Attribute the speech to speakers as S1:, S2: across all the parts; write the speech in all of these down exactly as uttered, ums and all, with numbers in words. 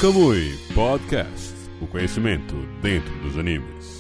S1: Kamui Podcast, o conhecimento dentro dos animes.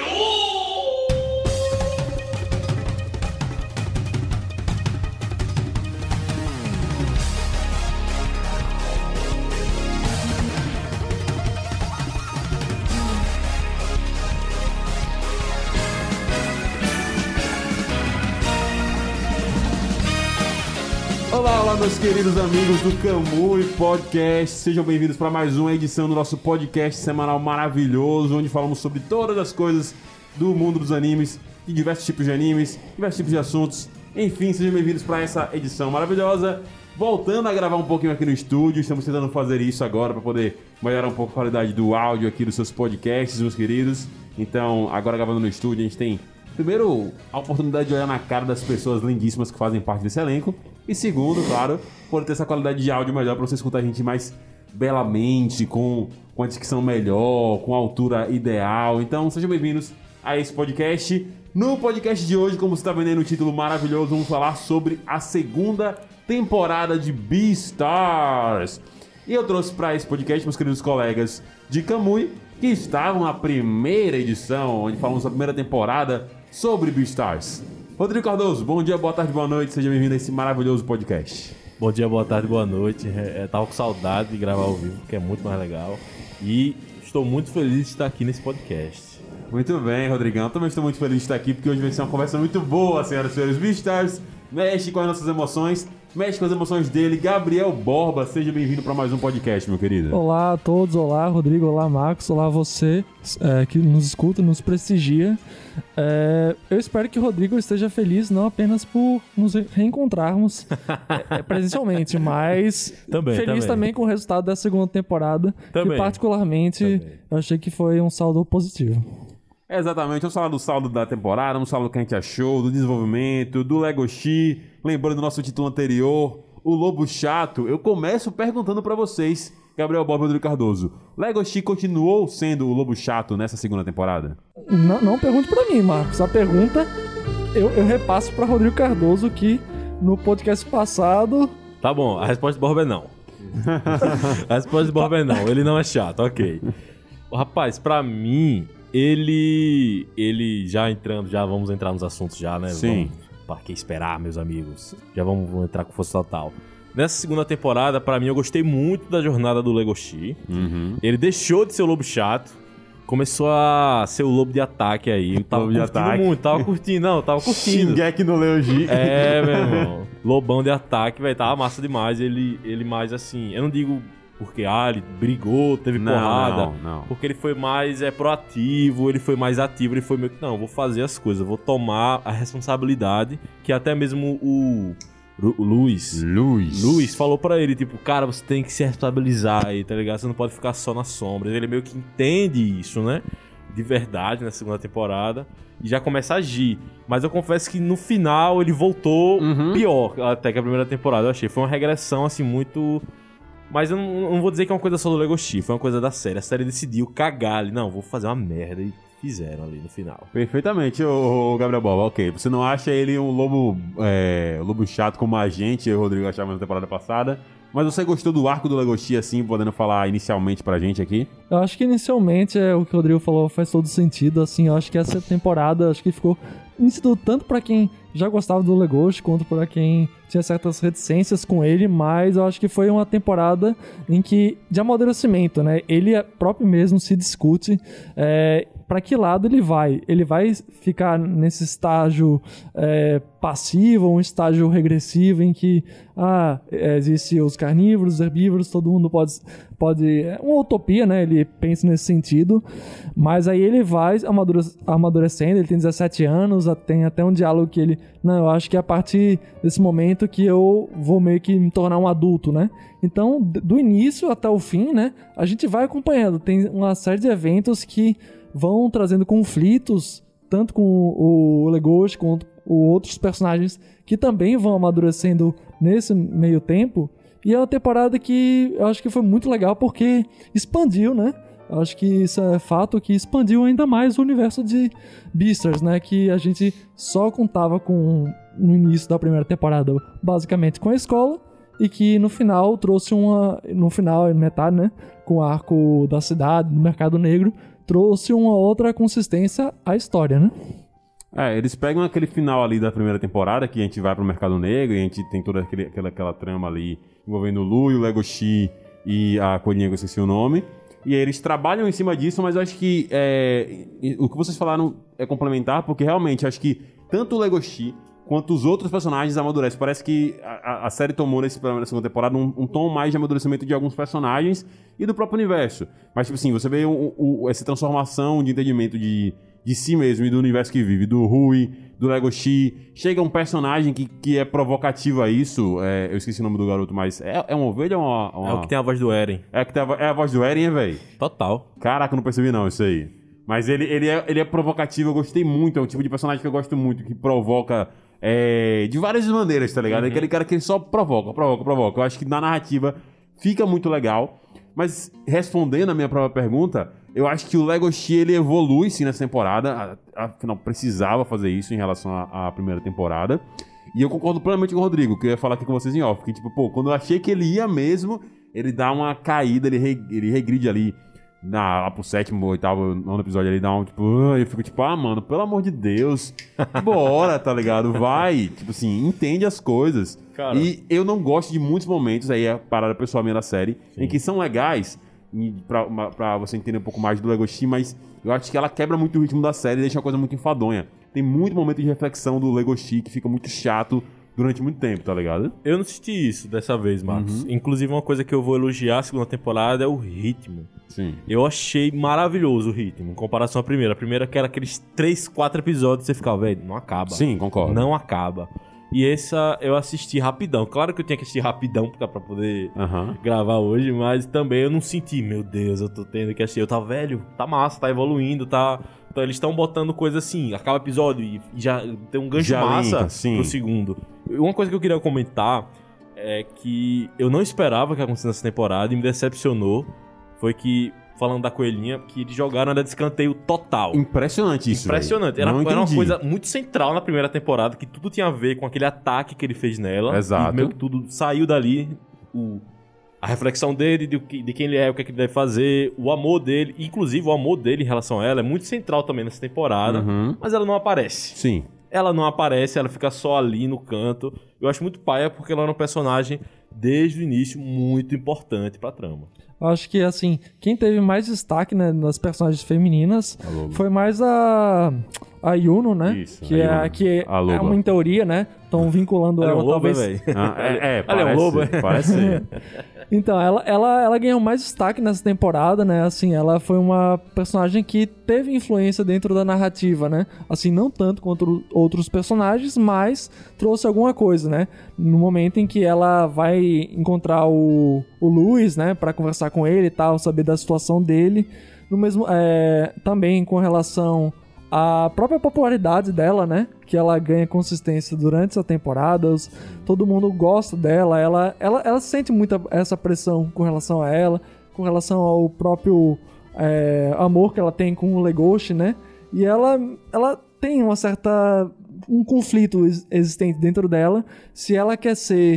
S2: Olá, olá meus queridos amigos do Kamui Podcast, sejam bem-vindos para mais uma edição do nosso podcast semanal maravilhoso, onde falamos sobre todas as coisas do mundo dos animes, de diversos tipos de animes, diversos tipos de assuntos, enfim, sejam bem-vindos para essa edição maravilhosa. Voltando a gravar um pouquinho aqui no estúdio, estamos tentando fazer isso agora para poder melhorar um pouco a qualidade do áudio aqui dos seus podcasts, meus queridos. Então, agora gravando no estúdio, a gente tem, primeiro, a oportunidade de olhar na cara das pessoas lindíssimas que fazem parte desse elenco. E segundo, claro, poder ter essa qualidade de áudio melhor para você escutar a gente mais belamente, com, com a dicção melhor, com a altura ideal. Então, sejam bem-vindos a esse podcast. No podcast de hoje, como você está vendo aí no título maravilhoso, vamos falar sobre a segunda temporada de Beastars. E eu trouxe para esse podcast meus queridos colegas de Kamui, que estavam na primeira edição, onde falamos da primeira temporada sobre Beastars. Rodrigo Cardoso, bom dia, boa tarde, boa noite, seja bem-vindo a esse maravilhoso podcast.
S3: Bom dia, boa tarde, boa noite. É, tava com saudade de gravar ao vivo, que é muito mais legal. E estou muito feliz de estar aqui nesse podcast.
S2: Muito bem, Rodrigão. Também estou muito feliz de estar aqui, porque hoje vai ser uma conversa muito boa, senhoras e senhores. Beastars mexe com as nossas emoções, mexe com as emoções dele. Gabriel Borba, seja bem-vindo para mais um podcast, meu querido.
S4: Olá a todos, olá Rodrigo, olá Marcos, olá você é, que nos escuta, nos prestigia. É, eu espero que o Rodrigo esteja feliz não apenas por nos reencontrarmos é, presencialmente, mas
S3: também,
S4: feliz também. também com o resultado da segunda temporada,
S3: também.
S4: que particularmente também. Eu achei que foi um saldo positivo.
S2: Exatamente, vamos falar do saldo da temporada, vamos falar do que a gente achou, do desenvolvimento, do Legoshi, lembrando do nosso título anterior, o Lobo Chato. Eu começo perguntando pra vocês, Gabriel Borba e Rodrigo Cardoso, Legoshi continuou sendo o Lobo Chato nessa segunda temporada?
S4: Não, não pergunte pra mim, Marcos, a pergunta eu, eu repasso pra Rodrigo Cardoso, que no podcast passado...
S3: Tá bom, a resposta do Borba é não. A resposta do Borba é não, ele não é chato, ok. Rapaz, pra mim... Ele, ele já entrando, já vamos entrar nos assuntos já, né?
S2: Sim.
S3: Vamos, pra que esperar, meus amigos? Já vamos, vamos entrar com força total. Nessa segunda temporada, pra mim, eu gostei muito da jornada do Legoshi.
S2: Uhum.
S3: Ele deixou de ser o lobo chato, começou a ser o lobo de ataque aí. Eu tava
S2: lobo
S3: curtindo
S2: de ataque.
S3: muito, tava curtindo, não, tava curtindo.
S2: Shingeki no Leoji.
S3: É, meu irmão. Lobão de ataque, velho, tava massa demais. Ele, ele mais assim, eu não digo... Porque ah, ele brigou, teve
S2: não,
S3: porrada.
S2: Não, não.
S3: Porque ele foi mais é, proativo, ele foi mais ativo, ele foi meio que, não, vou fazer as coisas, vou tomar a responsabilidade, que até mesmo o, o Luiz,
S2: Luiz.
S3: Luiz falou pra ele, tipo, cara, você tem que se responsabilizar aí, tá ligado? Você não pode ficar só na sombra. Ele meio que entende isso, né? De verdade, na segunda temporada, e já começa a agir. Mas eu confesso que no final ele voltou
S2: uhum.
S3: pior até que a primeira temporada, eu achei. Foi uma regressão, assim, muito... Mas eu não, não vou dizer que é uma coisa só do Legoshi, foi uma coisa da série. A série decidiu cagar ali. Não, vou fazer uma merda. E fizeram ali no final.
S2: Perfeitamente, ô, ô Gabriel Boba. Ok, você não acha ele um lobo, é, lobo chato como a gente, eu e o Rodrigo achávamos na temporada passada. Mas você gostou do arco do Legoshi, assim, podendo falar inicialmente pra gente aqui?
S4: Eu acho que inicialmente é, o que o Rodrigo falou faz todo sentido, assim, eu acho que essa temporada, acho que ficou nítido tanto pra quem já gostava do Legoshi, quanto pra quem tinha certas reticências com ele, mas eu acho que foi uma temporada em que, de amadurecimento, né, ele próprio mesmo se discute, é, pra que lado ele vai? Ele vai ficar nesse estágio é, passivo, um estágio regressivo em que, ah, existem os carnívoros, os herbívoros, todo mundo pode... pode é uma utopia, né? Ele pensa nesse sentido, mas aí ele vai amadurecendo, ele tem dezessete anos, tem até um diálogo que ele, não, eu acho que é a partir desse momento que eu vou meio que me tornar um adulto, né? Então, do início até o fim, né? A gente vai acompanhando, tem uma série de eventos que vão trazendo conflitos, tanto com o Legoshi quanto com outros personagens que também vão amadurecendo nesse meio tempo. E é uma temporada que eu acho que foi muito legal porque expandiu, né? Eu acho que isso é fato, que expandiu ainda mais o universo de Beastars, né? Que a gente só contava com, no início da primeira temporada, basicamente com a escola. e que no final trouxe uma... No final, metade, né? Com o arco da cidade, do Mercado Negro, trouxe uma outra consistência à história, né?
S2: É, eles pegam aquele final ali da primeira temporada, que a gente vai pro Mercado Negro, e a gente tem toda aquele, aquela, aquela trama ali envolvendo o Lu, o Legoshi e a coelhinha, que eu esqueci o nome. E aí eles trabalham em cima disso, mas eu acho que é, o que vocês falaram é complementar, porque realmente acho que tanto o Legoshi quanto os outros personagens amadurecem. Parece que a, a série tomou nesse, na segunda temporada um, um tom mais de amadurecimento de alguns personagens e do próprio universo. Mas, tipo assim, você vê o, o, essa transformação de entendimento de, de si mesmo e do universo que vive, do Rui, do Legoshi. Chega um personagem que, que é provocativo a isso. É, eu esqueci o nome do garoto, mas é, é uma ovelha ou uma, uma...
S3: É o que tem a voz do Eren.
S2: É, que tem a, é a voz do Eren, velho?
S3: Total.
S2: Caraca, eu não percebi não isso aí. Mas ele, ele, é, ele é provocativo, eu gostei muito. É um tipo de personagem que eu gosto muito, que provoca é, de várias maneiras, tá ligado? Uhum. É aquele cara que ele só provoca, provoca, provoca. Eu acho que na narrativa fica muito legal. Mas respondendo a minha própria pergunta, eu acho que o Legoshi ele evolui sim nessa temporada. Afinal, precisava fazer isso em relação à, à primeira temporada. E eu concordo plenamente com o Rodrigo, que eu ia falar aqui com vocês em off. Que, tipo, pô, quando eu achei que ele ia mesmo, ele dá uma caída, ele, re, ele regride ali na, lá pro sétimo, oitavo, nono episódio, ele dá um, tipo... Uh, eu fico tipo, ah, mano, pelo amor de Deus, bora, tá ligado? Vai, tipo assim, entende as coisas. Cara. E eu não gosto de muitos momentos, aí é a parada pessoal minha da série, sim, em que são legais, pra, pra você entender um pouco mais do Legoshi, mas eu acho que ela quebra muito o ritmo da série e deixa uma coisa muito enfadonha. Tem muito momento de reflexão do Legoshi que fica muito chato durante muito tempo, tá ligado?
S3: Eu não senti isso dessa vez, Marcos. Uhum. Inclusive, uma coisa que eu vou elogiar a segunda temporada é o ritmo.
S2: Sim.
S3: Eu achei maravilhoso o ritmo, em comparação à primeira. A primeira que era aqueles três, quatro episódios, você ficava, velho, não acaba.
S2: Sim, concordo.
S3: Não acaba. E essa eu assisti rapidão. Claro que eu tinha que assistir rapidão pra poder uhum. gravar hoje, mas também eu não senti, meu Deus, eu tô tendo que assistir. Eu tava, velho, tá massa, tá evoluindo, tá... Então eles estão botando coisa assim, acaba o episódio e já tem um gancho já massa linka, sim, pro segundo. Uma coisa que eu queria comentar é que eu não esperava que acontecesse nessa temporada e me decepcionou. Foi que, falando da coelhinha, que eles jogaram ela de escanteio total.
S2: Impressionante isso,
S3: Impressionante. Era, era uma coisa muito central na primeira temporada, que tudo tinha a ver com aquele ataque que ele fez nela.
S2: Exato.
S3: E meio que tudo saiu dali, o... a reflexão dele, de, de quem ele é, o que, é que ele deve fazer, o amor dele, inclusive o amor dele em relação a ela é muito central também nessa temporada,
S2: uhum.
S3: mas ela não aparece.
S2: Sim.
S3: Ela não aparece, ela fica só ali no canto. Eu acho muito paia porque ela é um personagem, desde o início, muito importante pra trama.
S4: Eu acho que, assim, quem teve mais destaque, né, nas personagens femininas foi mais a... a Yuno, né?
S2: Isso,
S4: que é, que é uma, em teoria, né? Estão vinculando ela,
S3: ela
S4: é um lobo,
S3: talvez...
S2: Ah, é, é,
S3: parece, é um lobo, é.
S2: Parece ser.
S4: Então, ela, ela, ela ganhou mais destaque nessa temporada, né? Assim, ela foi uma personagem que teve influência dentro da narrativa, né? Assim, não tanto quanto outros personagens, mas trouxe alguma coisa, né? No momento em que ela vai encontrar o, o Luis, né? Pra conversar com ele e tal, saber da situação dele. No mesmo, é, também com relação a própria popularidade dela, né? Que ela ganha consistência durante essa temporada. Os, todo mundo gosta dela. Ela, ela, ela sente muita essa pressão com relação a ela, com relação ao próprio é, amor que ela tem com o Legoshi, né? E ela, ela tem uma certa... um conflito existente dentro dela. Se ela quer ser...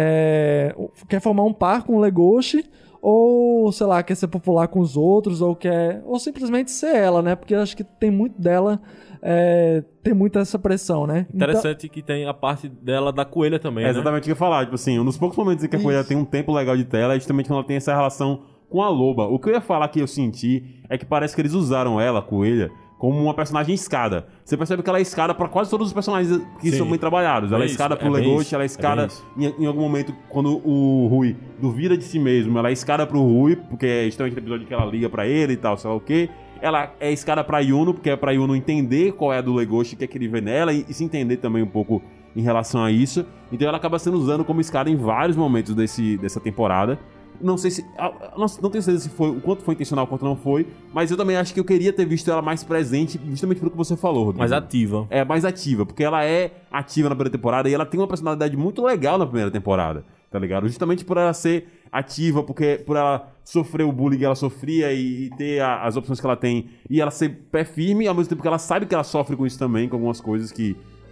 S4: É, quer formar um par com o Legoshi... ou, sei lá, quer ser popular com os outros, ou quer... ou simplesmente ser ela, né? Porque eu acho que tem muito dela, é, tem muita essa pressão, né?
S3: Interessante então... que tem a parte dela da coelha também,
S2: é
S3: né?
S2: Exatamente o que eu ia falar. Tipo assim, um dos poucos momentos em que a coelha Isso. tem um tempo legal de tela é justamente quando ela tem essa relação com a loba. O que eu ia falar que eu senti é que parece que eles usaram ela, a coelha, como uma personagem escada. Você percebe que ela é escada pra quase todos os personagens que Sim. são bem trabalhados. Ela é, é escada pro é Legoshi, ela é escada é em, em algum momento, quando o Rui duvida de si mesmo, ela é escada pro Rui, porque é justamente o episódio que ela liga pra ele e tal, sei lá o quê. Ela é escada pra Yuno, porque é pra Yuno entender qual é a do Legoshi, o que é que ele vê nela, e, e se entender também um pouco em relação a isso. Então ela acaba sendo usada como escada em vários momentos desse, dessa temporada. Não sei se... Não, não tenho certeza se foi o quanto foi intencional, o quanto não foi. Mas eu também acho que eu queria ter visto ela mais presente, justamente pelo que você falou, Rodrigo.
S3: Mais ativa.
S2: É, mais ativa. Porque ela é ativa na primeira temporada e ela tem uma personalidade muito legal na primeira temporada, tá ligado? Justamente por ela ser ativa, porque por ela sofrer o bullying que ela sofria e, e ter a, as opções que ela tem. E ela ser pé firme, ao mesmo tempo que ela sabe que ela sofre com isso também, com algumas coisas que...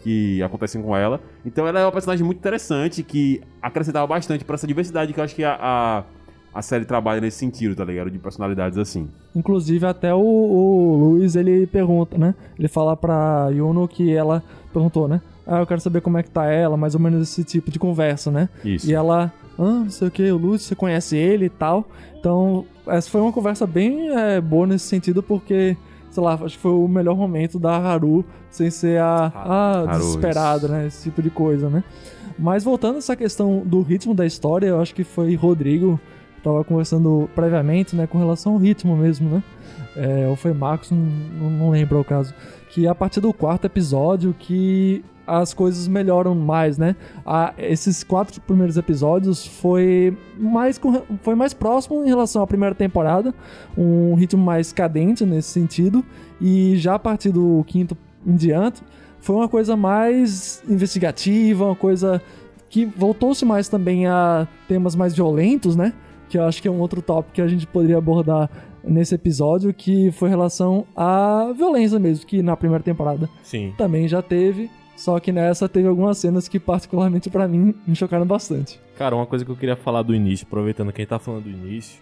S2: que acontecem com ela. Então ela é uma personagem muito interessante, que acrescentava bastante pra essa diversidade que eu acho que a, a, a série trabalha nesse sentido, tá ligado? De personalidades assim.
S4: Inclusive até o, o Luiz, ele pergunta, né? Ele fala pra Yuno que ela perguntou, né? Ah, eu quero saber como é que tá ela, mais ou menos esse tipo de conversa, né?
S2: Isso.
S4: E ela, ah, não sei o que, o Luiz, você conhece ele e tal. Então, essa foi uma conversa bem é, boa nesse sentido, porque... sei lá, acho que foi o melhor momento da Haru, sem ser a, a desesperada, né? Esse tipo de coisa, né? Mas voltando a essa questão do ritmo da história, eu acho que foi Rodrigo que tava conversando previamente, né? Com relação ao ritmo mesmo, né? É, ou foi Marcos, não, não lembro o caso. Que a partir do quarto episódio que as coisas melhoram mais, né? A, esses quatro primeiros episódios foi mais, foi mais próximo em relação à primeira temporada, um ritmo mais cadente nesse sentido, e já a partir do quinto em diante foi uma coisa mais investigativa, uma coisa que voltou-se mais também a temas mais violentos, né? Que eu acho que é um outro tópico que a gente poderia abordar nesse episódio, que foi em relação à violência mesmo, que na primeira temporada
S3: Sim.
S4: também já teve. Só que nessa teve algumas cenas que, particularmente pra mim, me chocaram bastante.
S3: Cara, uma coisa que eu queria falar do início, aproveitando que a gente tá falando do início,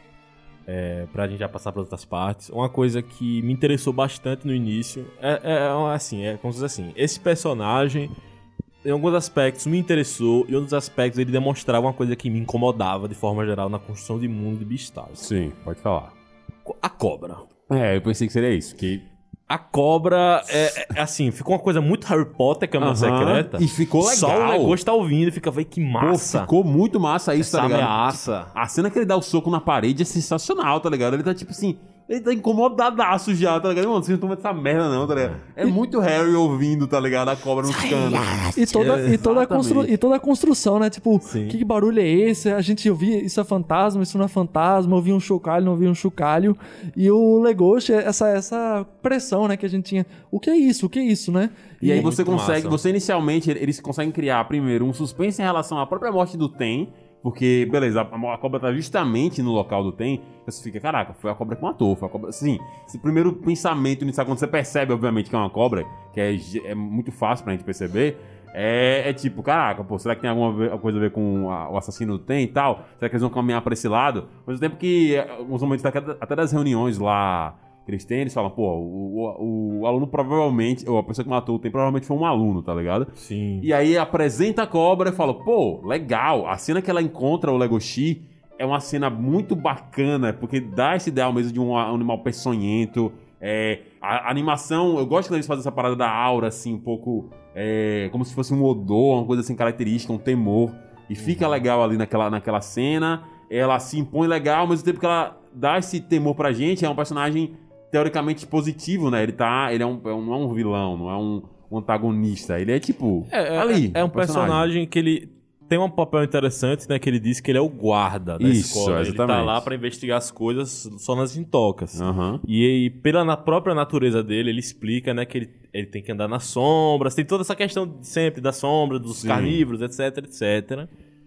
S3: é, pra gente já passar para outras partes, uma coisa que me interessou bastante no início é, é assim, é como se diz assim, esse personagem, em alguns aspectos, me interessou, e em outros aspectos ele demonstrava uma coisa que me incomodava, de forma geral, na construção de mundo de Beastars.
S2: Sim, pode falar.
S3: A cobra.
S2: É, eu pensei que seria isso, que...
S3: A cobra, é, é assim, ficou uma coisa muito Harry Potter, Câmara
S2: Uhum.
S3: Secreta.
S2: E ficou legal.
S3: Só o negócio tá ouvindo e fica, véi, que massa.
S2: Pô, ficou muito massa isso,
S3: essa
S2: tá ligado?
S3: ameaça.
S2: A cena que ele dá o soco na parede é sensacional, tá ligado? Ele tá tipo assim... Ele tá incomodadaço já, tá ligado? Mano, vocês não estão vendo essa merda não, tá ligado? É muito Harry ouvindo, tá ligado? A cobra nos canos.
S4: E toda, e, toda a constru, e toda a construção, né? Tipo,
S3: Sim.
S4: que barulho é esse? A gente ouvia, isso é fantasma, isso não é fantasma. Ouvia um chocalho, não ouvia um chocalho. E o Legoshi, essa, essa pressão, né? Que a gente tinha. O que é isso? O que é isso, né?
S2: E,
S4: e
S2: aí você
S3: muito
S2: consegue...
S3: massa.
S2: Você inicialmente, eles conseguem criar primeiro um suspense em relação à própria morte do Ten. Porque, beleza, a, a cobra tá justamente no local do Ten. Você fica, caraca, foi a cobra que matou. Foi a cobra... Sim, esse primeiro pensamento inicial, quando você percebe, obviamente, que é uma cobra, que é, é muito fácil pra gente perceber, é, é tipo, caraca, pô, será que tem alguma coisa a ver com a, o assassino do Ten e tal? Será que eles vão caminhar pra esse lado? Ao mesmo tempo que, alguns momentos, até das reuniões lá... Eles têm, eles falam, pô, o, o, o aluno provavelmente, ou a pessoa que matou o Ten provavelmente foi um aluno, tá ligado?
S3: Sim.
S2: E aí apresenta a cobra e fala, pô, legal. A cena que ela encontra o Legoshi é uma cena muito bacana, porque dá esse ideal mesmo de um animal peçonhento. É, a, a animação, eu gosto quando eles fazem essa parada da aura, assim, um pouco é, como se fosse um odor, uma coisa assim característica, um temor. E fica
S3: Uhum.
S2: legal ali naquela, naquela cena. Ela se impõe legal, ao mesmo tempo que ela dá esse temor pra gente. É um personagem teoricamente positivo, né? Ele tá. Ele é um, é um, não é um vilão, não é um, um antagonista. Ele é tipo.
S3: É, é,
S2: ali.
S3: é um personagem. que ele tem um papel interessante, né? Que ele diz que ele é o guarda da
S2: Isso,
S3: escola. Ele tá
S2: exatamente.
S3: lá pra investigar as coisas só nas intocas.
S2: Aham.
S3: E, e pela na própria natureza dele, ele explica, né? Que ele, ele tem que andar nas sombras. Tem toda essa questão de sempre da sombra, dos
S2: Sim.
S3: carnívoros, etc, etcétera.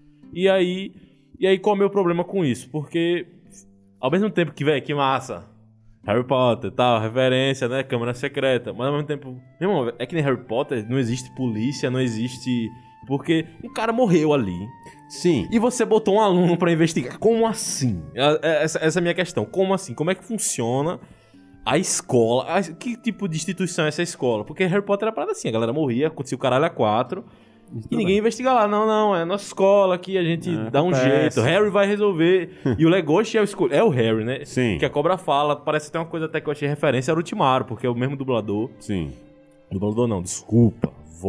S3: E aí. E aí, qual é o meu problema com isso? Porque, ao mesmo tempo que, velho, que massa. Harry Potter, tal, referência, né? Câmara Secreta. Mas ao mesmo tempo... Meu irmão, é que nem Harry Potter, não existe polícia, não existe... Porque um cara morreu ali.
S2: Sim.
S3: E você botou um aluno pra investigar. Como assim? Essa, essa é a minha questão. Como assim? Como é que funciona a escola? A- que tipo de instituição é essa escola? Porque Harry Potter era parada assim. A galera morria, acontecia o caralho a quatro... E ninguém investiga lá, não, não, é a nossa escola aqui, a gente
S2: É,
S3: dá um
S2: acontece.
S3: jeito, Harry vai resolver. E o Legoshi é o, escol... é o Harry, né?
S2: Sim.
S3: Que a cobra fala, parece até uma coisa até que eu achei referência ao Ultimato, porque é o mesmo dublador.
S2: Sim.
S3: Dublador não, desculpa,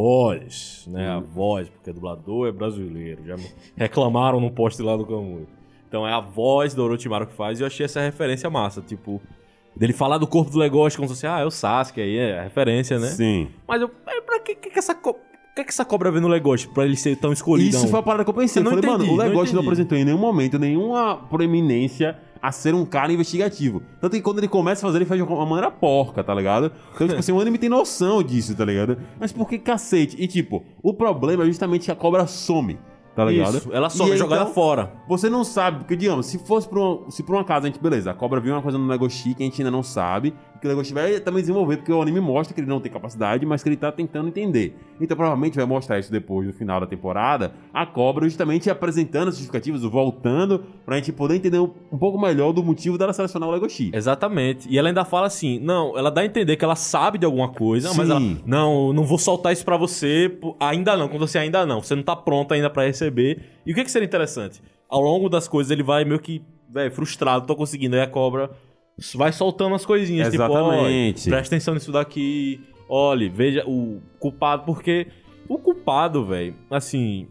S3: voz, né? A voz, porque dublador é brasileiro, já me reclamaram no post lá do Camui. Então é a voz do Orochimaru que faz, e eu achei essa referência massa, tipo... Dele falar do corpo do Legoshi como se fosse, ah, é o Sasuke aí, é a referência, né?
S2: Sim.
S3: Mas eu, é, pra que, que, que essa cobra... O que, é que essa cobra vê no Legoshi pra ele ser tão escolhido?
S2: Isso foi a parada que eu pensei.
S3: Eu
S2: Eu
S3: não
S2: falei,
S3: entendi,
S2: mano, o
S3: não
S2: Legoshi não,
S3: entendi.
S2: apresentou em nenhum momento nenhuma proeminência a ser um cara investigativo. Tanto que quando ele começa a fazer, ele faz de uma maneira porca, tá ligado? Então, tipo assim, o anime tem noção disso, tá ligado? Mas por que cacete? E, tipo, o problema é justamente que a cobra some, tá ligado?
S3: Isso, ela some,
S2: E,
S3: jogada
S2: então,
S3: fora.
S2: Você não sabe, porque, digamos, se fosse por uma, se por um acaso a gente, beleza, a cobra viu uma coisa no Legoshi que a gente ainda não sabe, que o Legoshi vai também desenvolver, porque o anime mostra que ele não tem capacidade, mas que ele tá tentando entender. Então provavelmente vai mostrar isso depois, no final da temporada, a Cobra justamente apresentando as justificativas, voltando, pra gente poder entender um, um pouco melhor do motivo dela selecionar o Legoshi.
S3: Exatamente. E ela ainda fala assim, não, ela dá a entender que ela sabe de alguma coisa,
S2: Sim.
S3: mas ela, não, não vou soltar isso pra você, ainda não, quando você ainda não, você não tá pronto ainda pra receber. E o que que seria interessante? Ao longo das coisas ele vai meio que, velho, frustrado, tô conseguindo, aí a Cobra vai soltando as coisinhas,
S2: Exatamente.
S3: tipo, ó, presta atenção nisso daqui, olhe, veja o culpado, porque o culpado, velho, assim,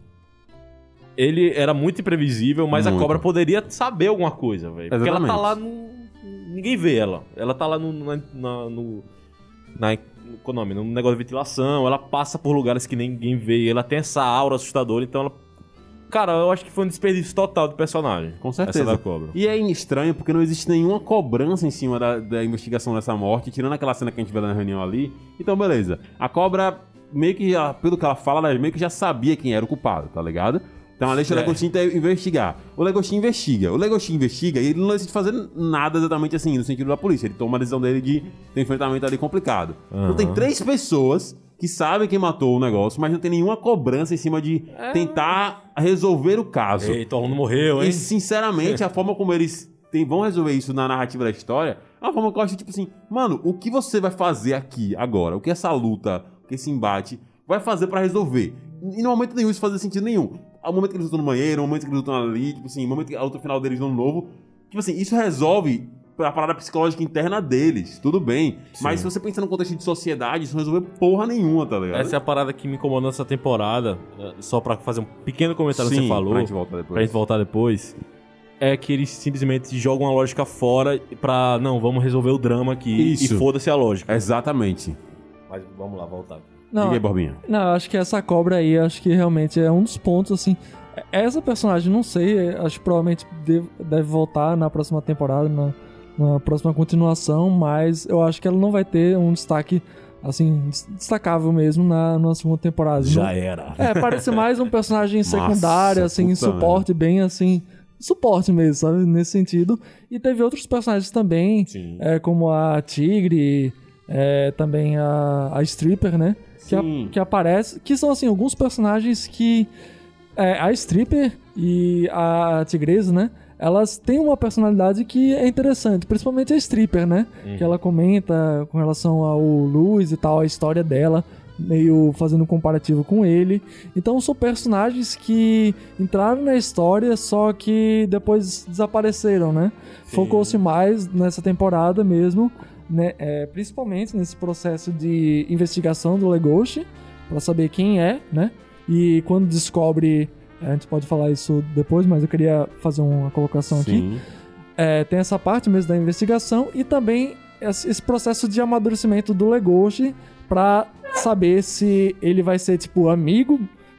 S3: ele era muito imprevisível, mas
S2: muito.
S3: a Cobra poderia saber alguma coisa, velho, porque ela tá lá no... ninguém vê ela, ela tá lá no... Na, na, no, na, qual o nome? No negócio de ventilação, ela passa por lugares que ninguém vê, ela tem essa aura assustadora, então ela... Cara, eu acho que foi um desperdício total do personagem.
S2: Com certeza.
S3: Essa da Cobra.
S2: E é estranho porque não existe nenhuma cobrança em cima da, da investigação dessa morte, tirando aquela cena que a gente vê na reunião ali. Então, beleza. A Cobra, meio que, pelo que ela fala, ela meio que já sabia quem era o culpado, tá ligado? Então ela deixa é. o Legoshi investigar. O Legoshi investiga. O Legoshi investiga e ele não decide fazer nada exatamente assim, no sentido da polícia. Ele toma a decisão dele de ter um enfrentamento ali complicado. Uhum. Então tem três pessoas que sabem quem matou o negócio, mas não tem nenhuma cobrança em cima de é. tentar resolver o caso.
S3: Eita, o aluno morreu, hein?
S2: E, sinceramente, a forma como eles tem, vão resolver isso na narrativa da história é uma forma que eu acho, tipo assim, mano, o que você vai fazer aqui, agora? O que essa luta, o que esse embate vai fazer pra resolver? E no momento nenhum isso fazia sentido nenhum. Ao momento que eles lutam no banheiro, no momento que eles lutam ali, tipo assim, no momento que a luta final deles no novo, tipo assim, isso resolve a parada psicológica interna deles, tudo bem. Sim. Mas se você pensar no contexto de sociedade, isso não resolve porra nenhuma, tá ligado?
S3: Essa é a parada que me incomodou nessa temporada, só pra fazer um pequeno comentário
S2: Sim,
S3: que você falou,
S2: pra gente voltar depois.
S3: Pra gente voltar depois, é que eles simplesmente jogam a lógica fora pra, não, vamos resolver o drama aqui
S2: isso.
S3: E foda-se a lógica.
S2: Exatamente.
S3: Mas vamos lá, voltar.
S4: Não,
S2: Diga aí, Borbinha.
S4: Não, eu acho que essa Cobra aí, acho que realmente é um dos pontos, assim... Essa personagem, não sei, acho que provavelmente deve, deve voltar na próxima temporada, na... na próxima continuação, mas eu acho que ela não vai ter um destaque, assim, destacável mesmo na, na segunda temporada.
S3: Já
S4: não,
S3: era.
S4: É, parece mais um personagem secundário, Nossa, assim, suporte, bem assim, suporte mesmo, sabe, nesse sentido. E teve outros personagens também, é, como a Tigre, é, também a, a Stripper, né, que, a, que aparece, que são, assim, alguns personagens que é, a Stripper e a Tigresa, né, elas têm uma personalidade que é interessante, principalmente a Stripper, né? Uhum. Que ela comenta com relação ao Luz e tal, a história dela, meio fazendo um comparativo com ele. Então são personagens que entraram na história, só que depois desapareceram, né? Focou-se mais nessa temporada mesmo, né? É, principalmente nesse processo de investigação do Legoshi, pra saber quem é, né? E quando descobre... A gente pode falar isso depois, mas eu queria fazer uma colocação
S2: Sim.
S4: aqui. É, tem essa parte mesmo da investigação e também esse processo de amadurecimento do Legoshi pra saber se ele vai ser, tipo, amigo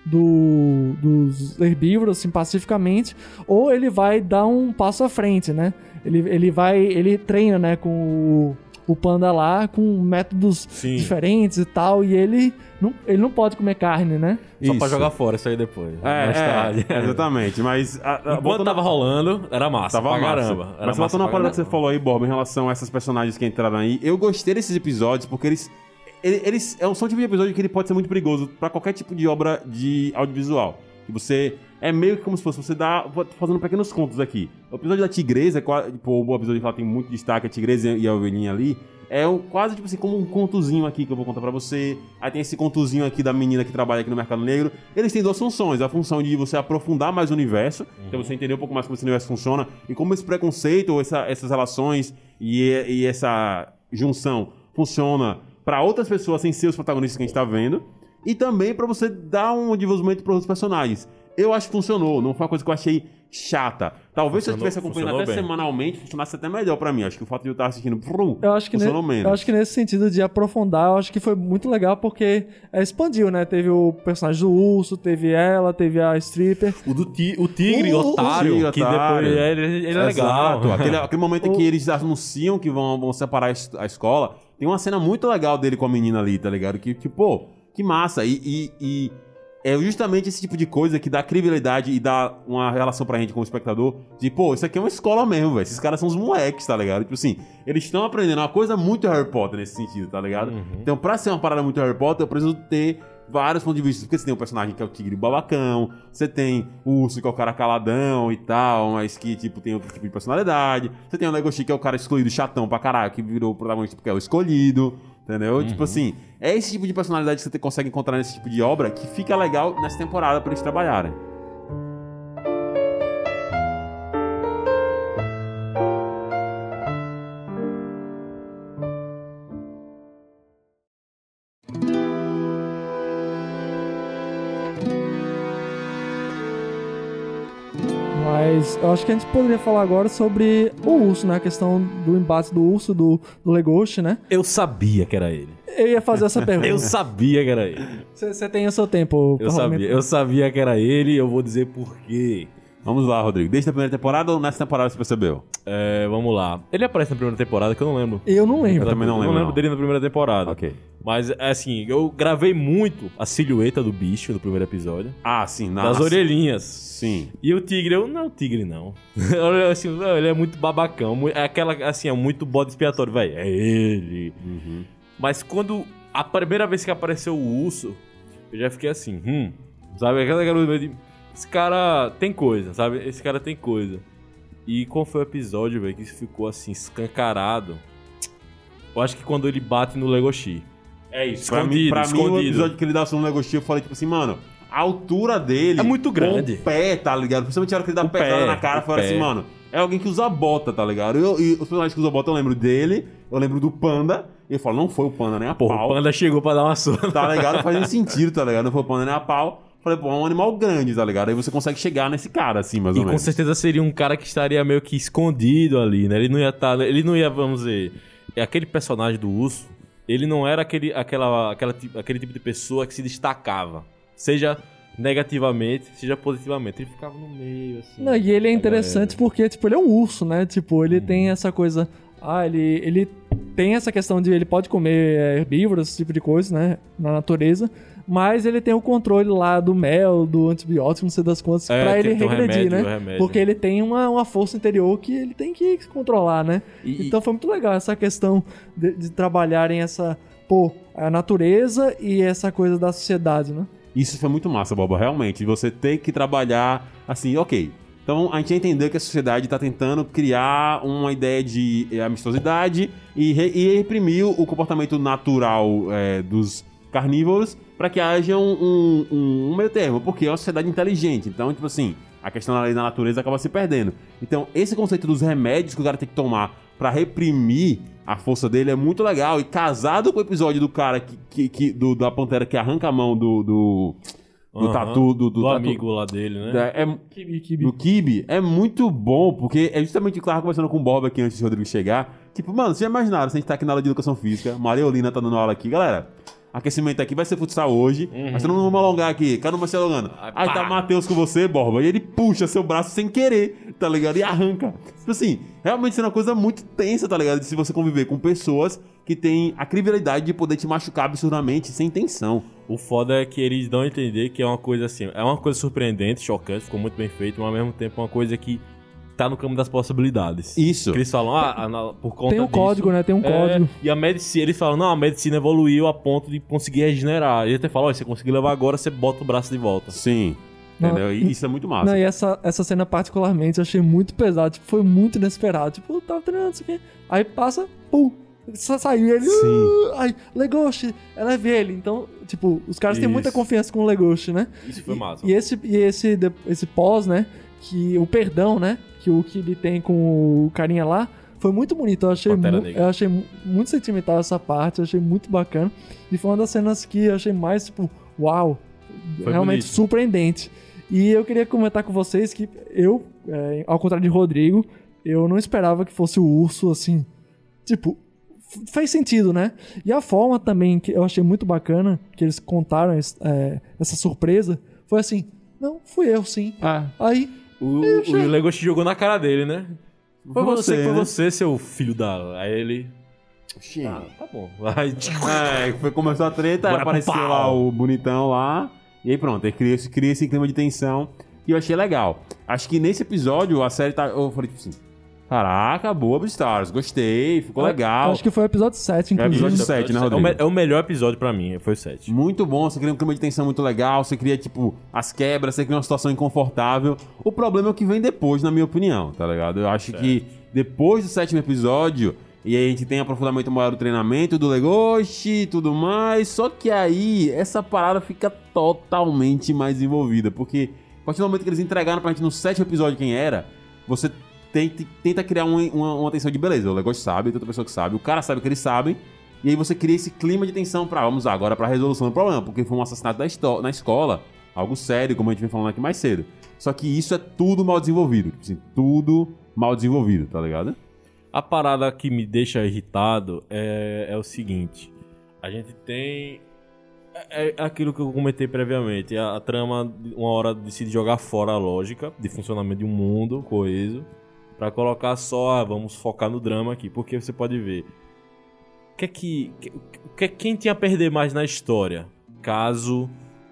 S4: do, dos herbívoros, assim, pacificamente, ou ele vai dar um passo à frente, né? Ele, ele vai... Ele treina, né, com o... o Panda lá com métodos Sim. diferentes e tal, e ele não, ele não pode comer carne, né?
S3: Só
S2: Isso.
S3: pra jogar fora isso aí depois.
S2: É,
S3: mais tarde.
S2: É, exatamente, mas... A, a,
S3: Enquanto tava na... rolando, era massa
S2: tava
S3: pra
S2: massa.
S3: caramba. Era
S2: mas voltando a parada que você falou aí, Bob, em relação a essas personagens que entraram aí, eu gostei desses episódios porque eles... Eles é um são um tipo de episódio que ele pode ser muito perigoso pra qualquer tipo de obra de audiovisual. Que você... É meio que como se fosse você dá... Vou fazendo pequenos contos aqui. O episódio da Tigresa, tipo, o episódio que ela tem muito destaque, a Tigresa e a ovelhinha ali, é um, quase tipo assim, como um contozinho aqui que eu vou contar pra você. Aí tem esse contozinho aqui da menina que trabalha aqui no Mercado Negro. Eles têm duas funções. A função de você aprofundar mais o universo, uhum. então você entender um pouco mais como esse universo funciona e como esse preconceito, ou essa, essas relações e, e essa junção funciona pra outras pessoas sem ser os protagonistas que a gente tá vendo. E também pra você dar um desenvolvimento para outros personagens. Eu acho que funcionou, não foi uma coisa que eu achei chata. Talvez funcionou, se eu estivesse acompanhando até bem. semanalmente, funcionasse até melhor pra mim. Acho que o fato de eu estar assistindo prum,
S4: eu acho que
S2: funcionou
S4: ne-
S2: menos.
S4: Eu acho que nesse sentido de aprofundar, eu acho que foi muito legal porque é, expandiu, né? Teve o personagem do urso, teve ela, teve a Stripper.
S3: O do ti- o tigre,
S4: o,
S3: otário,
S2: o tigre,
S3: que
S2: otário.
S3: depois ele, ele é legal.
S2: Exato. Aquele, aquele momento em que eles anunciam que vão, vão separar a escola, tem uma cena muito legal dele com a menina ali, tá ligado? Que, tipo, pô, que massa. E... e, e é justamente esse tipo de coisa que dá credibilidade e dá uma relação pra gente como espectador de, pô, isso aqui é uma escola mesmo, velho. Esses caras são os moleques, tá ligado? Tipo assim, eles estão aprendendo uma coisa muito Harry Potter nesse sentido, tá ligado? Uhum. Então, pra ser uma parada muito Harry Potter, eu preciso ter vários pontos de vista. Porque você tem um personagem que é o tigre babacão, você tem o urso que é o cara caladão e tal, mas que, tipo, tem outro tipo de personalidade. Você tem o Legoshi que é o cara excluído, chatão pra caralho, que virou o protagonista porque é o escolhido. Entendeu? Uhum. Tipo assim, é esse tipo de personalidade que você consegue encontrar nesse tipo de obra que fica legal nessa temporada pra eles trabalharem.
S4: Mas eu acho que a gente poderia falar agora sobre o urso, né? A questão do embate do urso, do, do Legoshi, né?
S3: Eu sabia que era ele.
S4: Eu ia fazer essa pergunta.
S3: Eu sabia que era ele.
S4: Você tem o seu tempo.
S3: Eu sabia, eu sabia que era ele e eu vou dizer por quê.
S2: Vamos lá, Rodrigo. Desde a primeira temporada ou nessa temporada você percebeu?
S3: É, vamos lá. Ele aparece na primeira temporada que eu não lembro.
S4: Eu não lembro.
S2: Eu também não lembro.
S3: Eu não lembro
S2: não.
S3: dele na primeira temporada.
S2: Ok.
S3: Mas, assim, eu gravei muito a silhueta do bicho do primeiro episódio.
S2: Ah, sim. Na...
S3: Das orelhinhas.
S2: Sim.
S3: E o tigre, eu não é o tigre, não. assim, ele é muito babacão. É aquela, assim, é muito bode expiatório, velho. É ele.
S2: Uhum.
S3: Mas quando a primeira vez que apareceu o urso, eu já fiquei assim, hum, sabe? Aquela garota de... Esse cara tem coisa, sabe? Esse cara tem coisa. E qual foi o episódio, velho, que isso ficou assim, escancarado? Eu acho que quando ele bate no Legoshi.
S2: É isso.
S3: Escondido,
S2: pra mim, pra mim, o
S3: escondido.
S2: episódio que ele dá no Legoshi, eu falei, tipo assim, mano, a altura dele...
S3: É muito grande.
S2: Com o pé, tá ligado? Principalmente a hora que ele dá
S3: O
S2: pedrada
S3: pé,
S2: na cara, eu
S3: o
S2: falei
S3: pé.
S2: assim, mano, é alguém que usa bota, tá ligado? Eu, e os personagens que usam bota, eu lembro dele, eu lembro do Panda, e eu falo, não foi o Panda nem a
S3: Porra,
S2: pau.
S3: o panda chegou pra dar uma surra.
S2: Tá ligado? Não faz nem sentido, tá ligado? Não foi o Panda nem a pau. Falei, pô, é um animal grande, tá ligado? Aí você consegue chegar nesse cara, assim, mais
S3: E
S2: ou
S3: com
S2: menos.
S3: certeza seria um cara que estaria meio que escondido ali, né? Ele não ia estar... Ele não ia, vamos dizer... Aquele personagem do urso, ele não era aquele, aquela, aquela, aquele tipo de pessoa que se destacava. Seja negativamente, seja positivamente. Ele ficava no meio, assim.
S4: Não, e ele é
S3: da
S4: interessante
S3: galera.
S4: porque, tipo, ele é um urso, né? Tipo, ele tem essa coisa... Ah, ele, ele tem essa questão de... Ele pode comer é, herbívoros, esse tipo de coisa, né? Na natureza. Mas ele tem o controle lá do mel, do antibiótico, não sei das quantas,
S3: É,
S4: pra
S3: tem-
S4: ele
S3: tem um
S4: regredir,
S3: remédio,
S4: né?
S3: um remédio.
S4: Porque ele tem uma, uma força interior que ele tem que controlar, né?
S3: E-
S4: Então foi muito legal essa questão de, de trabalharem essa... Pô, a natureza e essa coisa da sociedade, né?
S2: Isso foi muito massa, Boba, realmente. Você tem que trabalhar assim, ok. Então a gente entendeu que a sociedade está tentando criar uma ideia de eh, amistosidade e, re- e reprimir o comportamento natural eh, dos carnívoros para que haja um, um, um meio termo, porque é uma sociedade inteligente. Então, tipo assim, a questão da lei da natureza acaba se perdendo. Então, esse conceito dos remédios que o cara tem que tomar para reprimir a força dele é muito legal. E casado com o episódio do cara que, que, que- do, da pantera que arranca a mão do. do do
S3: Aham.
S2: tatu, do, do,
S3: Do
S2: tatu-
S3: amigo lá dele, né?
S2: É, é,
S4: Kibi, kibi.
S2: do Kibi, é muito bom, porque é justamente o que eu tava conversando com o Bob aqui antes do Rodrigo chegar. Tipo, mano, vocês já imaginaram, se a gente tá aqui na aula de educação física, Maria Olina tá dando aula aqui, galera. Aquecimento aqui vai ser futsal hoje, mas não vamos alongar aqui, cada um vai se alongando. Aí tá
S3: pá.
S2: Matheus com você, Borba, e ele puxa seu braço sem querer, tá ligado? E arranca. Tipo assim, realmente sendo uma coisa muito tensa, tá ligado? De se você conviver com pessoas que têm a credibilidade de poder te machucar absurdamente, sem intenção.
S3: O foda é que eles dão a entender que é uma coisa assim, é uma coisa surpreendente, chocante, ficou muito bem feito, mas ao mesmo tempo é uma coisa que tá no campo das possibilidades.
S2: Isso.
S3: Que eles falam, ah, ah, na- por conta
S4: Tem um
S3: disso,
S4: código, né? Tem um
S3: é,
S4: código.
S3: E a medicina, eles falam, não, a medicina evoluiu a ponto de conseguir regenerar. E até falam, ó, você conseguir levar agora, você bota o braço de volta.
S2: Sim.
S4: Não,
S2: Entendeu? E isso é muito massa.
S4: Não, e essa, essa cena particularmente eu achei muito pesada, tipo, foi muito inesperado. Tipo, eu tava treinando isso aqui. Aí passa, pum, só saiu e ele.
S2: Sim.
S4: "Uh, ai, Legoshi, ela é ele. Então, tipo, os caras têm
S3: Isso.
S4: muita confiança com o Legoshi, né?
S3: Isso foi
S4: E-
S3: massa.
S4: E, esse, e esse, de- esse pós, né? Que o perdão, né? Que o Kibi tem com o carinha lá. Foi muito bonito. Eu achei,
S3: Pantera
S4: mu-
S3: Negra.
S4: eu achei mu- muito sentimental essa parte. Eu achei muito bacana. E foi uma das cenas que eu achei mais, tipo, uau.
S3: Foi
S4: realmente
S3: bonito.
S4: surpreendente. E eu queria comentar com vocês que eu, é, ao contrário de Rodrigo, eu não esperava que fosse o urso, assim. Tipo, f- fez sentido, né? E a forma também que eu achei muito bacana, que eles contaram es- é, essa surpresa, foi assim: não, fui eu sim.
S2: Ah,
S4: Aí,
S3: O, o Legoshi jogou na cara dele, né? Foi
S2: Você,
S3: você, foi
S2: né?
S3: você, seu filho da... Aí ele... Ah, tá bom. Aí,
S2: É, foi, começou a treta, aí
S3: Bora pro
S2: apareceu
S3: pau.
S2: lá o bonitão lá. E aí pronto, aí cria esse, cria esse clima de tensão e eu achei legal. Acho que nesse episódio a série tá... Eu falei tipo assim, caraca, boa Beastars, gostei, ficou
S4: Eu-
S2: legal.
S4: Acho que foi o episódio sete,
S2: É o
S4: inclusive.
S2: episódio sete, né,
S3: É o,
S2: Rodrigo?
S3: me- é o melhor episódio pra mim, foi o sete.
S2: Muito bom, você cria um clima de tensão muito legal, você cria, tipo, as quebras, você cria uma situação inconfortável. O problema é o que vem depois, na minha opinião, tá ligado? Eu acho que depois do sétimo episódio, e aí a gente tem aprofundamento maior do treinamento, do Legoshi e tudo mais, só que aí essa parada fica totalmente mais envolvida, porque a partir do momento que eles entregaram pra gente no sétimo episódio quem era, você tenta, tenta criar uma, uma, uma tensão de beleza, o Legoshi sabe, tem outra pessoa que sabe, o cara sabe que eles sabem, e aí você cria esse clima de tensão pra, vamos lá, agora pra resolução do problema, porque foi um assassinato da esto- na escola, algo sério, como a gente vem falando aqui mais cedo. Só que isso é tudo mal desenvolvido, tipo assim, tudo mal desenvolvido, tá ligado?
S3: A parada que me deixa irritado é, é o seguinte: a gente tem. É, é aquilo que eu comentei previamente. A, a trama, uma hora, decide jogar fora a lógica de funcionamento de um mundo coeso pra colocar só, ah, vamos focar no drama aqui. Porque você pode ver. O que é que, que, que. Quem tinha a perder mais na história caso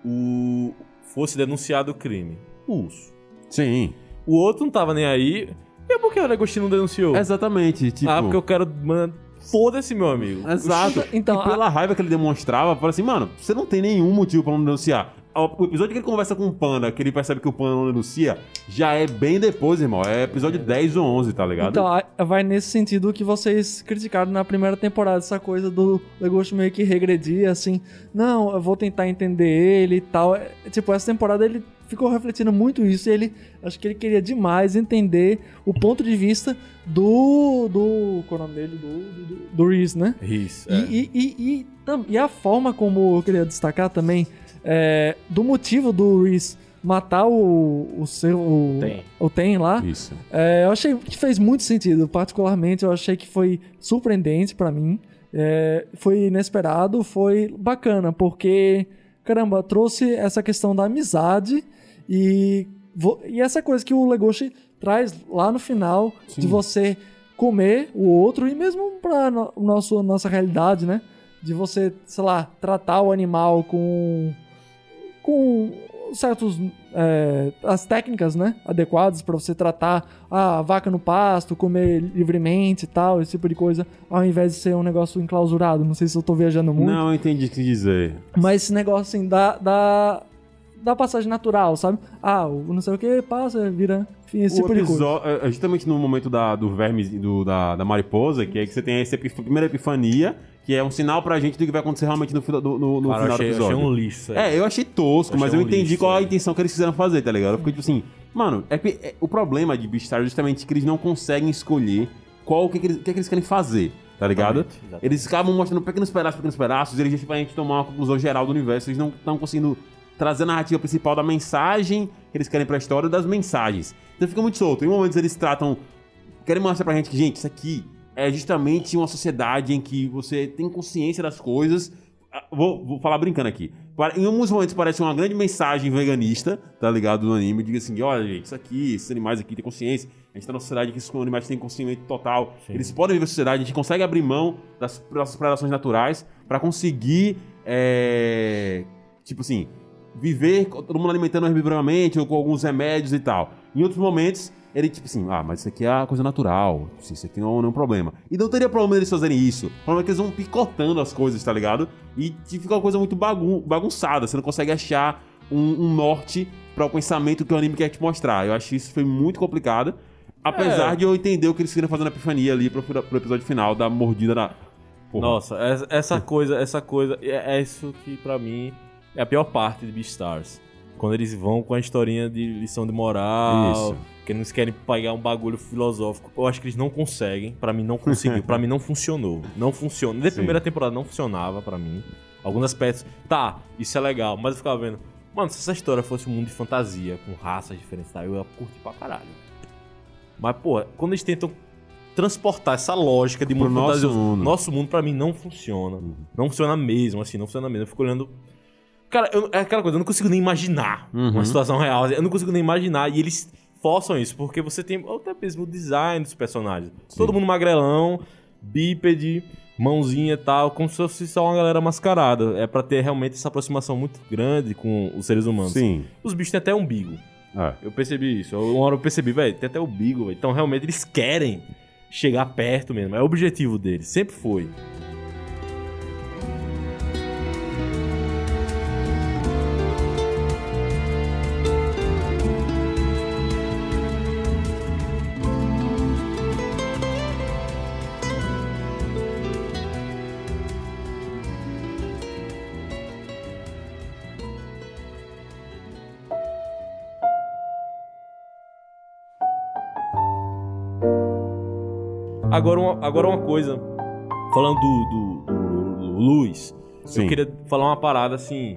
S3: o fosse denunciado o crime? O urso.
S2: Sim.
S3: O outro não tava nem aí. E por que o Agostinho não denunciou?
S2: Exatamente, tipo...
S3: Ah, porque eu quero. Mano, foda-se, meu amigo.
S2: Exato.
S4: Então,
S2: e pela raiva que ele demonstrava, fala assim, mano, você não tem nenhum motivo pra não denunciar. O episódio que ele conversa com o Panda, que ele percebe que o Panda não denuncia, já é bem depois, irmão. É episódio dez ou onze, tá ligado?
S4: Então, a- vai nesse sentido que vocês criticaram na primeira temporada, essa coisa do Legoshi meio que regredir, assim, não, eu vou tentar entender ele e tal. É, tipo, essa temporada ele ficou refletindo muito isso e ele, acho que ele queria demais entender o ponto de vista do, do, qual é o nome dele? Do, do, do Reese, né?
S3: Isso.
S4: E, e, e, e, tam- e a forma como eu queria destacar também, é, do motivo do Reese matar o, o seu, o,
S3: Ten.
S4: o Ten lá,
S2: Isso.
S4: é, eu achei que fez muito sentido. Particularmente, eu achei que foi surpreendente pra mim. É, foi inesperado, foi bacana, porque, caramba, trouxe essa questão da amizade e, vo- e essa coisa que o Legoshi traz lá no final,
S2: Sim.
S4: de você comer o outro, e mesmo pra no, nosso, nossa realidade, né? De você, sei lá, tratar o animal com com certos é, as técnicas, né, adequadas para você tratar a vaca no pasto, comer livremente e tal, esse tipo de coisa, ao invés de ser um negócio enclausurado. Não sei se eu tô viajando muito,
S2: Não, eu entendi o que dizer.
S4: mas esse negócio assim da, da, da passagem natural, sabe? Ah, o não sei o que passa, vira, enfim, esse
S2: O
S4: tipo de coisa.
S2: episódio, é, justamente no momento da, do verme do, da, da mariposa, que é que você tem essa epif- primeira epifania, que é um sinal pra gente do que vai acontecer realmente no, fina- do- no, no
S3: Cara, eu
S2: final
S3: achei,
S2: do episódio.
S3: achei um lixo.
S2: É, eu achei tosco,
S3: Achei
S2: mas eu
S3: um
S2: entendi
S3: lixo,
S2: qual a
S3: é.
S2: intenção que eles quiseram fazer, tá ligado? Eu fiquei tipo assim, mano, é, que- é- o problema de Beastars é justamente que eles não conseguem escolher qual o que, que, eles, o que, que eles querem fazer, tá ligado?
S3: Exatamente, exatamente.
S2: Eles acabam mostrando pequenos pedaços, pequenos pedaços, e eles deixam pra gente tomar uma conclusão geral do universo, eles não estão conseguindo trazer a narrativa principal da mensagem que eles querem pra história das mensagens. Então fica muito solto. Em momentos eles tratam, querem mostrar pra gente que, gente, isso aqui é justamente uma sociedade em que você tem consciência das coisas. Ah, Vou, vou falar brincando aqui. Para- Em alguns momentos parece uma grande mensagem veganista, tá ligado? Do anime. Diga assim, olha, gente, isso aqui, esses animais aqui têm consciência. A gente tá numa sociedade que esses animais têm consciência total. Eles podem viver a sociedade, a gente consegue abrir mão das nossas predações naturais pra conseguir, é, tipo assim, viver com todo mundo alimentando herbivoramente ou com alguns remédios e tal. Em outros momentos, ele tipo assim, ah, mas isso aqui é a coisa natural, isso aqui não, não é um problema. E não teria problema eles fazerem isso. O problema é que eles vão picotando as coisas, tá ligado? E fica uma coisa muito bagun bagunçada, você não consegue achar um, um norte para o pensamento que o anime quer te mostrar. Eu acho que isso foi muito complicado, apesar
S3: É.
S2: de eu entender o que eles queriam fazer na epifania ali pro, pro episódio final da mordida da... Porra.
S3: Nossa, essa, essa coisa, essa coisa, é, é isso que pra mim é a pior parte de Beastars. Quando eles vão com a historinha de lição de moral,
S2: Isso.
S3: que eles querem pegar um bagulho filosófico. Eu acho que eles não conseguem. Pra mim não conseguiu. Pra mim não funcionou. Não funciona. Desde a
S2: Sim.
S3: primeira temporada não funcionava pra mim. Alguns aspectos, tá, isso é legal. Mas eu ficava vendo, mano, se essa história fosse um mundo de fantasia, com raças diferentes, tá, eu ia curtir pra caralho. Mas, pô, quando eles tentam transportar essa lógica de
S2: Pro
S3: mundo
S2: nosso
S3: fantasioso,
S2: mundo.
S3: nosso mundo pra mim não funciona. Não funciona mesmo, assim, não funciona mesmo. Eu fico olhando. Cara, eu- é aquela coisa, eu não consigo nem imaginar
S2: Uhum.
S3: uma situação real. Eu não consigo nem imaginar. E eles forçam isso, porque você tem até mesmo o design dos personagens. Todo mundo magrelão, bípede, mãozinha e tal, como se fosse só uma galera mascarada. É pra ter realmente essa aproximação muito grande com os seres humanos.
S2: Sim.
S3: Os bichos têm até umbigo.
S2: É.
S3: Eu percebi isso. Uma hora eu percebi, velho, tem até umbigo, velho. Então realmente eles querem chegar perto mesmo. É o objetivo deles. Sempre foi. Agora uma, agora uma coisa, falando do, do, do, do Luiz,
S2: Sim.
S3: eu queria falar uma parada assim.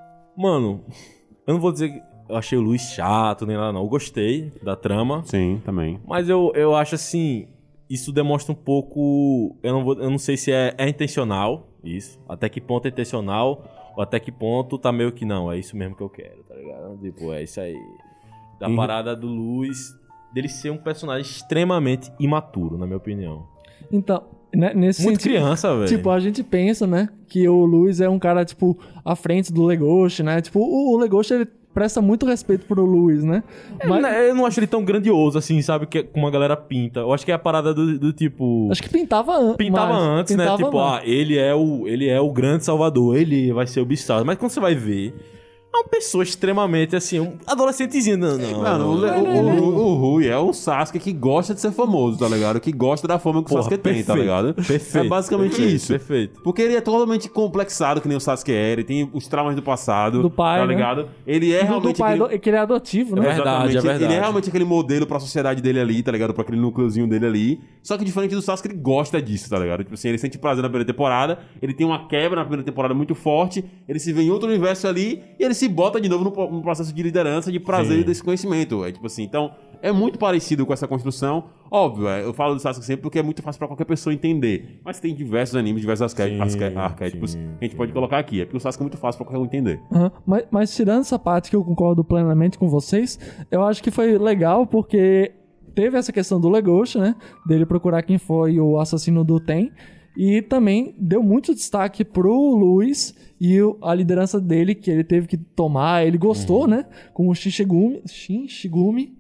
S3: Mano, eu não vou dizer que eu achei o Luiz chato nem nada, não. Eu gostei da trama.
S2: Sim, também.
S3: Mas eu, eu acho assim, isso demonstra um pouco. Eu não, vou, eu não sei se é, é intencional isso. Até que ponto é intencional, ou até que ponto tá meio que não, é isso mesmo que eu quero, tá ligado? Tipo, é isso aí. Da
S2: Uhum.
S3: parada do Luiz. Dele ser um personagem extremamente imaturo, na minha opinião.
S4: Então, né, nesse
S3: Muito
S4: sentido,
S3: criança, velho.
S4: tipo, a gente pensa, né, que o Luiz é um cara, tipo, à frente do Legoshi, né? Tipo, o, o Legoshi, ele presta muito respeito pro Luiz, né? Mas,
S3: Mas... Eu não acho ele tão grandioso, assim, sabe? Que, como a galera pinta. Eu acho que é a parada do, do tipo...
S4: acho que pintava antes.
S3: Pintava antes, né? Tipo,
S4: mais.
S3: ah, ele é, o, ele é o grande salvador, ele vai ser o Beastars. Mas quando você vai ver, é uma pessoa extremamente, assim, um adolescentezinho. Não, não.
S2: Mano, o, o, o, o Rui é um Sasuke que gosta de ser famoso, tá ligado? Que gosta da fama que o
S3: Porra,
S2: Sasuke tem, tá
S3: perfeito,
S2: ligado?
S3: perfeito,
S2: É basicamente
S3: perfeito,
S2: isso.
S3: perfeito.
S2: Porque ele é totalmente complexado, que nem o Sasuke é. Ele tem os traumas do passado,
S4: Do pai,
S2: tá
S4: né?
S2: ligado? Ele é
S4: Do-
S2: realmente...
S4: do pai,
S2: aquele...
S4: do- que ele é adotivo, né?
S3: É verdade,
S2: Exatamente.
S3: é verdade.
S2: Ele é realmente aquele modelo pra sociedade dele ali, tá ligado? Pra aquele núcleozinho dele ali. Só que diferente do Sasuke, ele gosta disso, tá ligado? Tipo assim, ele sente prazer na primeira temporada, ele tem uma quebra na primeira temporada muito forte, ele se vê em outro universo ali e ele se bota de novo no, no processo de liderança, de prazer
S3: Sim.
S2: e desse conhecimento. É tipo assim, então, é muito parecido com essa construção. Óbvio, é, eu falo do Sasuke sempre porque é muito fácil pra qualquer pessoa entender. Mas tem diversos animes, diversos arqué-
S3: Sim,
S2: arqué- arquétipos
S3: sim,
S2: que a gente pode colocar aqui. É porque o Sasuke é muito fácil pra qualquer um entender.
S4: Aham. Mas, mas tirando essa parte que eu concordo plenamente com vocês, eu acho que foi legal porque teve essa questão do Legoshi, né? Dele procurar quem foi o assassino do Ten. E também deu muito destaque pro Luiz e o- a liderança dele, que ele teve que tomar. Ele gostou, né? Com o Shinshigumi. Shinshigumi.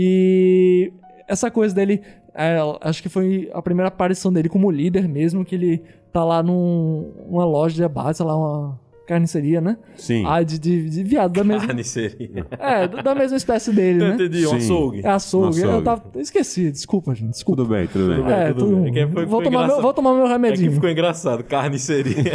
S4: E essa coisa dele... é, acho que foi a primeira aparição dele como líder mesmo, que ele tá lá num, numa loja de abate, sei lá, uma carniceria, né?
S2: Sim.
S4: Ah, de, de, de viado, da mesma...
S3: Carniceria.
S4: É, da mesma espécie dele,
S3: Eu
S4: né?
S3: entendi, um
S2: Sim.
S3: açougue.
S4: É açougue.
S2: Um açougue.
S4: Eu tava... Esqueci, desculpa, gente, desculpa.
S2: Tudo bem, tudo bem.
S3: Tudo bem.
S4: É, tudo...
S3: bem. É que foi-
S4: vou,
S3: foi
S4: tomar meu,
S3: engraçado.
S4: vou tomar meu
S3: É que
S4: remedinho.
S3: ficou engraçado, carniceria.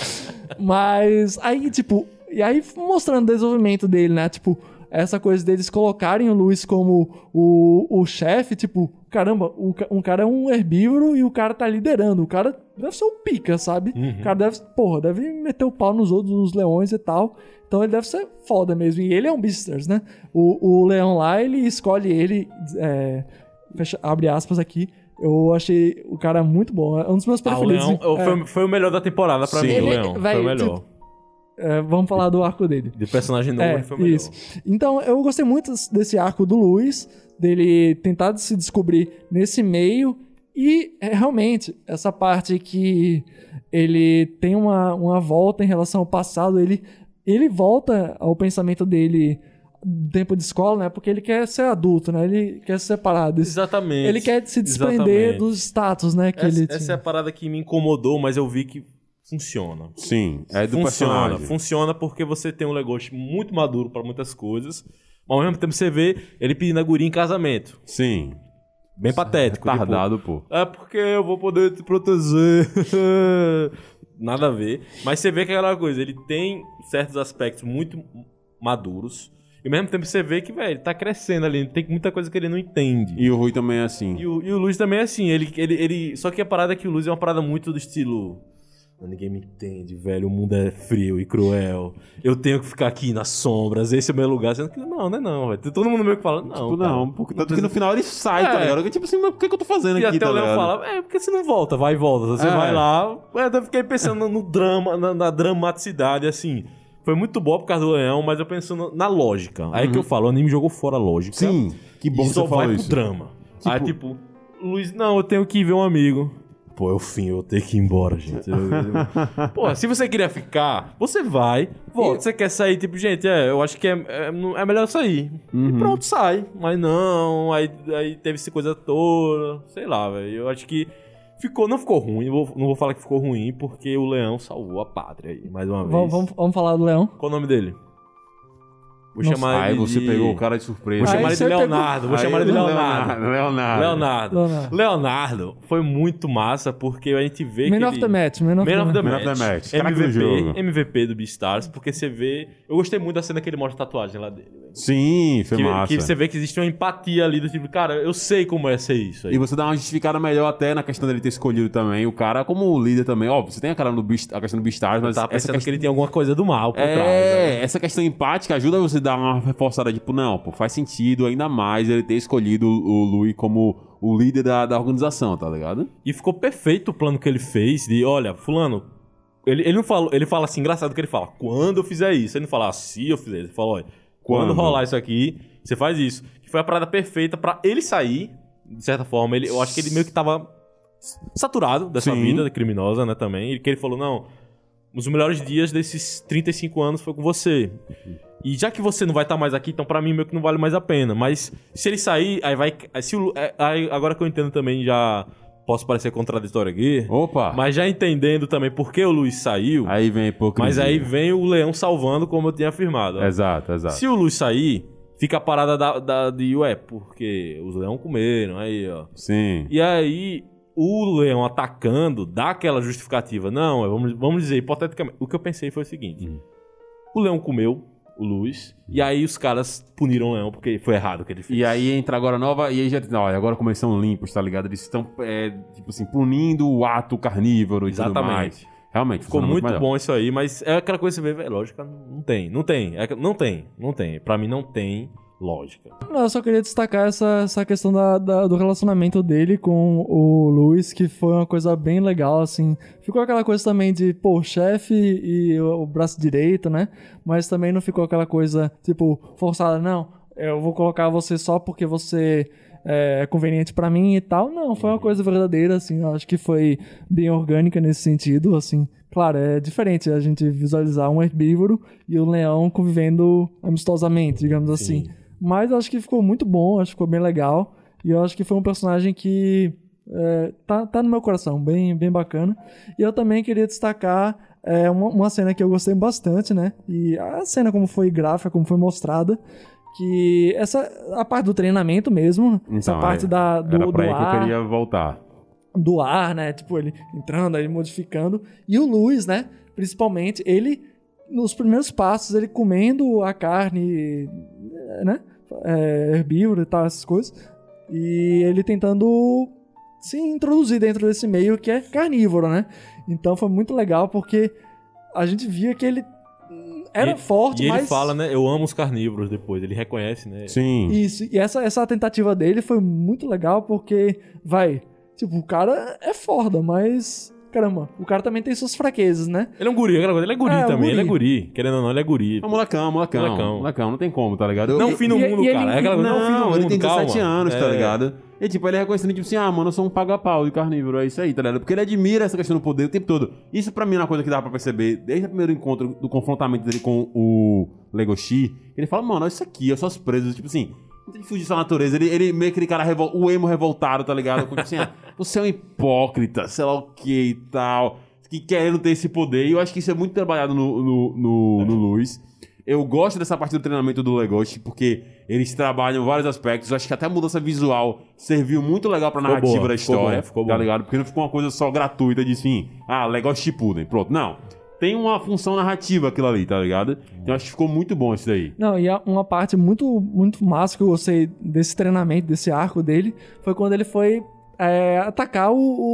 S4: Mas aí, tipo, e aí mostrando o desenvolvimento dele, né? Tipo, essa coisa deles colocarem o Luiz como o, o chefe, tipo, caramba, o, ca- um cara é um herbívoro e o cara tá liderando. O cara deve ser um pica, sabe? O cara deve, porra, deve meter o pau nos outros, nos leões e tal. Então ele deve ser foda mesmo. E ele é um Beastars, né? O, o leão lá, ele escolhe ele, é, fecha, abre aspas aqui. Eu achei o cara muito bom. É um dos meus
S3: Ah, o
S4: preferidos.
S3: Leão
S4: É,
S3: foi, foi o melhor da temporada pra
S2: Sim.
S3: mim, o
S4: Ele-
S3: Leão.
S4: véi,
S3: foi o melhor.
S4: tipo, é, vamos falar do arco dele.
S3: De personagem novo,
S4: É,
S3: ele foi o melhor.
S4: isso. Então, eu gostei muito desse arco do Luiz, dele tentar se descobrir nesse meio. E, é, realmente, essa parte que ele tem uma, uma volta em relação ao passado, ele, ele volta ao pensamento dele do tempo de escola, né? Porque ele quer ser adulto, né? Ele quer se separar desse...
S3: Exatamente.
S4: Ele quer se desprender
S3: Exatamente.
S4: dos status, né? Que
S3: Essa,
S4: ele
S3: essa
S4: tinha.
S3: é a parada que me incomodou, mas eu vi que funciona.
S2: Sim, é do
S3: funciona,
S2: personagem.
S3: funciona porque você tem um Legoshi muito maduro pra muitas coisas, mas ao mesmo tempo você vê ele pedindo a guria em casamento.
S2: Sim.
S3: Bem patético.
S2: Tardado, pô.
S3: Tipo, é porque eu vou poder te proteger. Nada a ver. Mas você vê que é aquela coisa, ele tem certos aspectos muito maduros. E ao mesmo tempo você vê que, velho, ele tá crescendo ali. Tem muita coisa que ele não entende.
S2: E o Rui também é assim.
S3: E o, e o Luiz também é assim. Ele, ele, ele... Só que a parada é que o Luiz é uma parada muito do estilo... Ninguém me entende, velho. O mundo é frio e cruel. Eu tenho que ficar aqui nas sombras. Esse é o meu lugar. Sendo que não, não é não, velho. Tem todo mundo meio que fala, não.
S2: Tipo,
S3: cara.
S2: não, porque tanto que no final ele sai, tá
S3: É.
S2: ligado? Que, tipo assim, mas por que, que eu tô fazendo
S3: E
S2: aqui,
S3: até
S2: tá
S3: o Leão
S2: ligado?
S3: fala, é, porque você não volta, vai e volta. Você
S2: É.
S3: vai lá. É, eu fiquei pensando no drama, na, na dramaticidade, assim. Foi muito bom por causa do Leão, mas eu pensando na lógica. Aí que eu falo, o anime jogou fora a lógica.
S2: Sim, que bom
S3: e
S2: que
S3: só
S2: você falou
S3: vai
S2: isso.
S3: pro drama. Aí, tipo, Luiz, não, eu tenho que ver um amigo. pô, é o fim, eu vou ter que ir embora, gente. Eu- eu- Pô, se você queria ficar, você vai, volta. Você quer sair, tipo, gente, é, eu acho que é, é, é melhor sair. E pronto, sai. Mas não, aí, aí teve essa coisa toda, sei lá, velho. Eu acho que ficou, não ficou ruim, não vou, não vou falar que ficou ruim, porque o Leão salvou a pátria aí, mais uma vez.
S4: Vamos, vamos, vamos falar do Leão?
S3: Qual o nome dele? Vou
S4: Não
S3: chamar
S2: Aí
S3: ele
S2: você
S3: de...
S2: pegou o cara de surpresa.
S3: Vou
S4: Aí
S3: chamar ele de
S4: você pegou-
S3: Leonardo, vou
S2: Aí,
S3: chamar ele de Leonardo.
S2: Leonardo.
S3: Leonardo.
S4: Leonardo.
S3: Leonardo foi muito massa porque a gente vê
S4: Man
S3: que
S4: of
S3: ele...
S4: the Match, Man of
S3: Man
S4: the
S3: of the
S2: Man
S3: Match.
S2: of the Match. Craque do
S3: M V
S2: jogo.
S3: P, M V P do Beastars, porque você vê... Eu gostei muito da cena que ele mostra a tatuagem lá dele. velho.
S2: Sim, foi
S3: Que,
S2: massa.
S3: que você vê que existe uma empatia ali do tipo, cara, eu sei como é ser isso aí.
S2: E você dá uma justificada melhor até na questão dele ter escolhido também o cara como líder também. Óbvio, você tem a, cara no Beast, a questão do Beastars,
S3: Eu
S2: mas
S3: tava
S2: essa
S3: pensando
S2: questão...
S3: que ele tem alguma coisa do mal por
S2: É,
S3: trás. né?
S2: essa questão empática ajuda você a dar uma reforçada, tipo, não, pô, faz sentido ainda mais ele ter escolhido o Louis como o líder da, da organização, tá ligado?
S3: E ficou perfeito o plano que ele fez de, olha, fulano, ele, ele não fala, ele fala assim, engraçado que ele fala, quando eu fizer isso, ele não fala, se eu fizer, ele fala, olha, quando,
S2: Quando?
S3: rolar isso aqui, você faz isso. Que foi a parada perfeita pra ele sair, de certa forma, ele, eu acho que ele meio que tava saturado dessa
S2: Sim.
S3: vida criminosa, né, também, e que ele falou, não, os melhores dias desses trinta e cinco anos foi com você. E já que você não vai estar mais aqui, então pra mim meio que não vale mais a pena. Mas se ele sair, aí vai... Se o, é, aí, agora que eu entendo também, já posso parecer contraditório aqui,
S2: Opa!
S3: mas já entendendo também por que o Luiz saiu,
S2: Aí vem a hipocrisia.
S3: mas aí vem o Leão salvando, como eu tinha afirmado. ó.
S2: Exato, exato.
S3: Se o Luiz sair, fica a parada da, da, de, ué, porque os leão comeram, aí, ó.
S2: Sim.
S3: E aí, o leão atacando dá aquela justificativa. Não, é, vamos, vamos dizer, hipoteticamente. O que eu pensei foi o seguinte:
S2: Hum.
S3: o leão comeu o Luiz, e aí os caras puniram o leão porque foi errado o que ele fez.
S2: E aí entra agora nova, e aí já, não, agora como eles são limpos, tá ligado? Eles estão, é, tipo assim, punindo o ato carnívoro e tudo
S3: Exatamente.
S2: mais. Realmente,
S3: Ficou
S2: funciona
S3: muito,
S2: melhor.
S3: bom isso aí, mas é aquela coisa que você vê, velho, lógica não tem. Não tem, é, não tem, não tem. Pra mim não tem lógica.
S4: Não, eu só queria destacar essa, essa questão da, da- do relacionamento dele com o Luiz, que foi uma coisa bem legal, assim. Ficou aquela coisa também de, pô, o chefe e o, o braço direito, né? Mas também não ficou aquela coisa, tipo, forçada, não, eu vou colocar você só porque você é conveniente pra mim e tal. Não, foi uma coisa verdadeira, assim. Eu acho que foi bem orgânica nesse sentido, assim. Claro, é diferente a gente visualizar um herbívoro e um leão convivendo amistosamente, digamos assim. Mas eu acho que ficou muito bom, acho que ficou bem legal. E eu acho que foi um personagem que é, tá, tá no meu coração, bem, bem bacana. E eu também queria destacar é, uma, uma cena que eu gostei bastante, né? E a cena como foi gráfica, como foi mostrada, que essa a parte do treinamento mesmo, essa
S2: Então,
S4: parte
S2: é,
S4: da, do,
S2: Era
S4: do
S2: pra aí que eu
S4: ar,
S2: queria voltar.
S4: do ar, né? Tipo, ele entrando, ele modificando. E o Luiz, né? Principalmente, ele, nos primeiros passos, ele comendo a carne, né? É, herbívoro e tal, essas coisas. E ele tentando se introduzir dentro desse meio que é carnívoro, né? Então foi muito legal porque a gente via que ele hum, era
S3: E-
S4: forte,
S3: E ele
S4: mas...
S3: fala, né? Eu amo os carnívoros depois. Ele reconhece, né?
S2: Sim.
S4: Isso, e essa, essa tentativa dele foi muito legal porque, vai, tipo, o cara é foda, mas, caramba, o cara também tem suas fraquezas, né?
S3: Ele é um guri, aquela coisa. Ele é guri
S4: É, um
S3: também, ele é
S4: guri.
S3: guri. Querendo ou não, ele é guri.
S2: É um molecão, molecão,
S3: Molecão.
S2: molecão. Não tem como, tá ligado?
S3: Não
S2: Eu-
S3: fim do
S4: e-
S3: mundo,
S4: e ele-
S3: cara. É aquela coisa, não, fim do
S2: Não,
S3: mundo,
S2: ele tem dezessete
S3: calma.
S2: anos, tá
S3: É.
S2: ligado? E tipo, ele é reconhecendo, tipo assim, ah, mano, eu sou um paga-pau de carnívoro, é isso aí, tá ligado? Porque ele admira essa questão do poder o tempo todo. Isso pra mim é uma coisa que dá pra perceber desde o primeiro encontro do confrontamento dele com o Legoshi. Ele fala, mano, olha isso aqui, olha suas presas, tipo assim, não tem que fugir sua natureza. Ele, ele meio aquele cara, revol... o emo revoltado, tá ligado? Tipo assim, ah, você é um hipócrita, sei lá o que e tal, que querendo ter esse poder. E eu acho que isso é muito trabalhado no, no, no, no Luiz. Eu gosto dessa parte do treinamento do Legoshi, porque eles trabalham vários aspectos. Eu acho que até a mudança visual serviu muito legal pra
S3: Ficou
S2: narrativa
S3: boa,
S2: da
S3: ficou
S2: história.
S3: bom, ficou
S2: tá
S3: bom.
S2: ligado? Porque não ficou uma coisa só gratuita de assim, ah, Legoshi Shippuden, pronto. Não. Tem uma função narrativa aquilo ali, tá ligado? Então eu acho que ficou muito bom isso daí.
S4: Não, e a- uma parte muito, muito massa que eu gostei desse treinamento, desse arco dele, foi quando ele foi é, atacar o,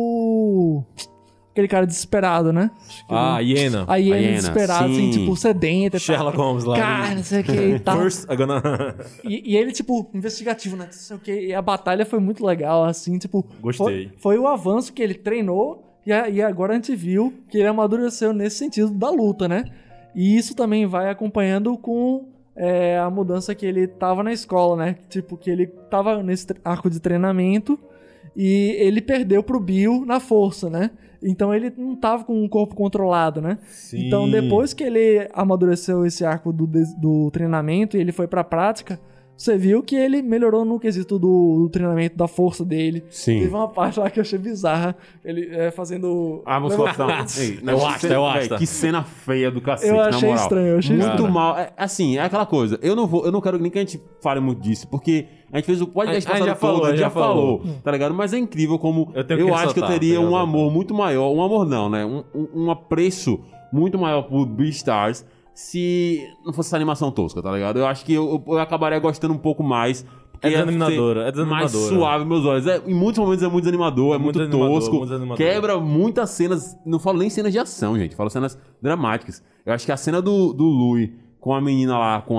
S4: o- aquele cara desesperado, né? Acho que
S3: Ah,
S4: ele-
S3: hiena.
S4: a hiena
S2: a hiena,
S4: desesperado, assim,
S2: sim.
S4: tipo, sedenta e tal.
S3: Sherlock Holmes lá.
S4: Cara, não sei o que e tal.
S3: First, I'm gonna...
S4: E, e ele, tipo, investigativo, né? Não sei o que. E a batalha foi muito legal, assim, tipo.
S3: Gostei.
S4: Foi, foi o avanço que ele treinou e, a- e agora a gente viu que ele amadureceu nesse sentido da luta, né? E isso também vai acompanhando com é, a mudança que ele tava na escola, né? Tipo, que ele tava nesse tre- arco de treinamento e ele perdeu pro Bill na força, né? Então ele não tava com o corpo controlado, né?
S3: Sim.
S4: Então depois que ele amadureceu esse arco do, do treinamento e ele foi pra prática, você viu que ele melhorou no quesito do, do treinamento da força dele.
S2: Sim.
S4: Teve uma parte lá que eu achei bizarra, ele é, fazendo...
S2: A musculação. Ei,
S3: Eu acho,
S2: cena-
S3: eu acho.
S2: véi, Que cena feia do cacete,
S4: Eu
S2: na
S4: achei
S2: moral.
S4: estranho, eu achei
S2: Muito
S4: estranho.
S2: mal. É, assim, é aquela coisa. Eu não vou, eu não quero nem que a gente fale muito disso, porque a gente fez o podcast
S3: A- a gente
S2: passado
S3: já
S2: todo,
S3: falou,
S2: a gente
S3: já
S2: já falou,
S3: falou.
S2: tá ligado? Mas é incrível como
S3: Eu
S2: eu,
S3: tenho que
S2: acho que eu
S3: ressaltar,
S2: teria
S3: tenho
S2: um
S3: que
S2: amor muito maior, um amor não, né? Um, um, um apreço muito maior por Beastars se não fosse essa animação tosca, tá ligado? Eu acho que eu, eu acabaria gostando um pouco mais. porque
S3: É
S2: ia
S3: desanimadora,
S2: ser
S3: é desanimadora.
S2: Mais suave meus olhos. É, em muitos momentos é muito desanimador, é muito,
S3: Muito desanimador,
S2: tosco.
S3: muito desanimador.
S2: Quebra muitas cenas. Não falo nem cenas de ação, gente. Falo cenas dramáticas. Eu acho que a cena do, do Louis com a menina lá, com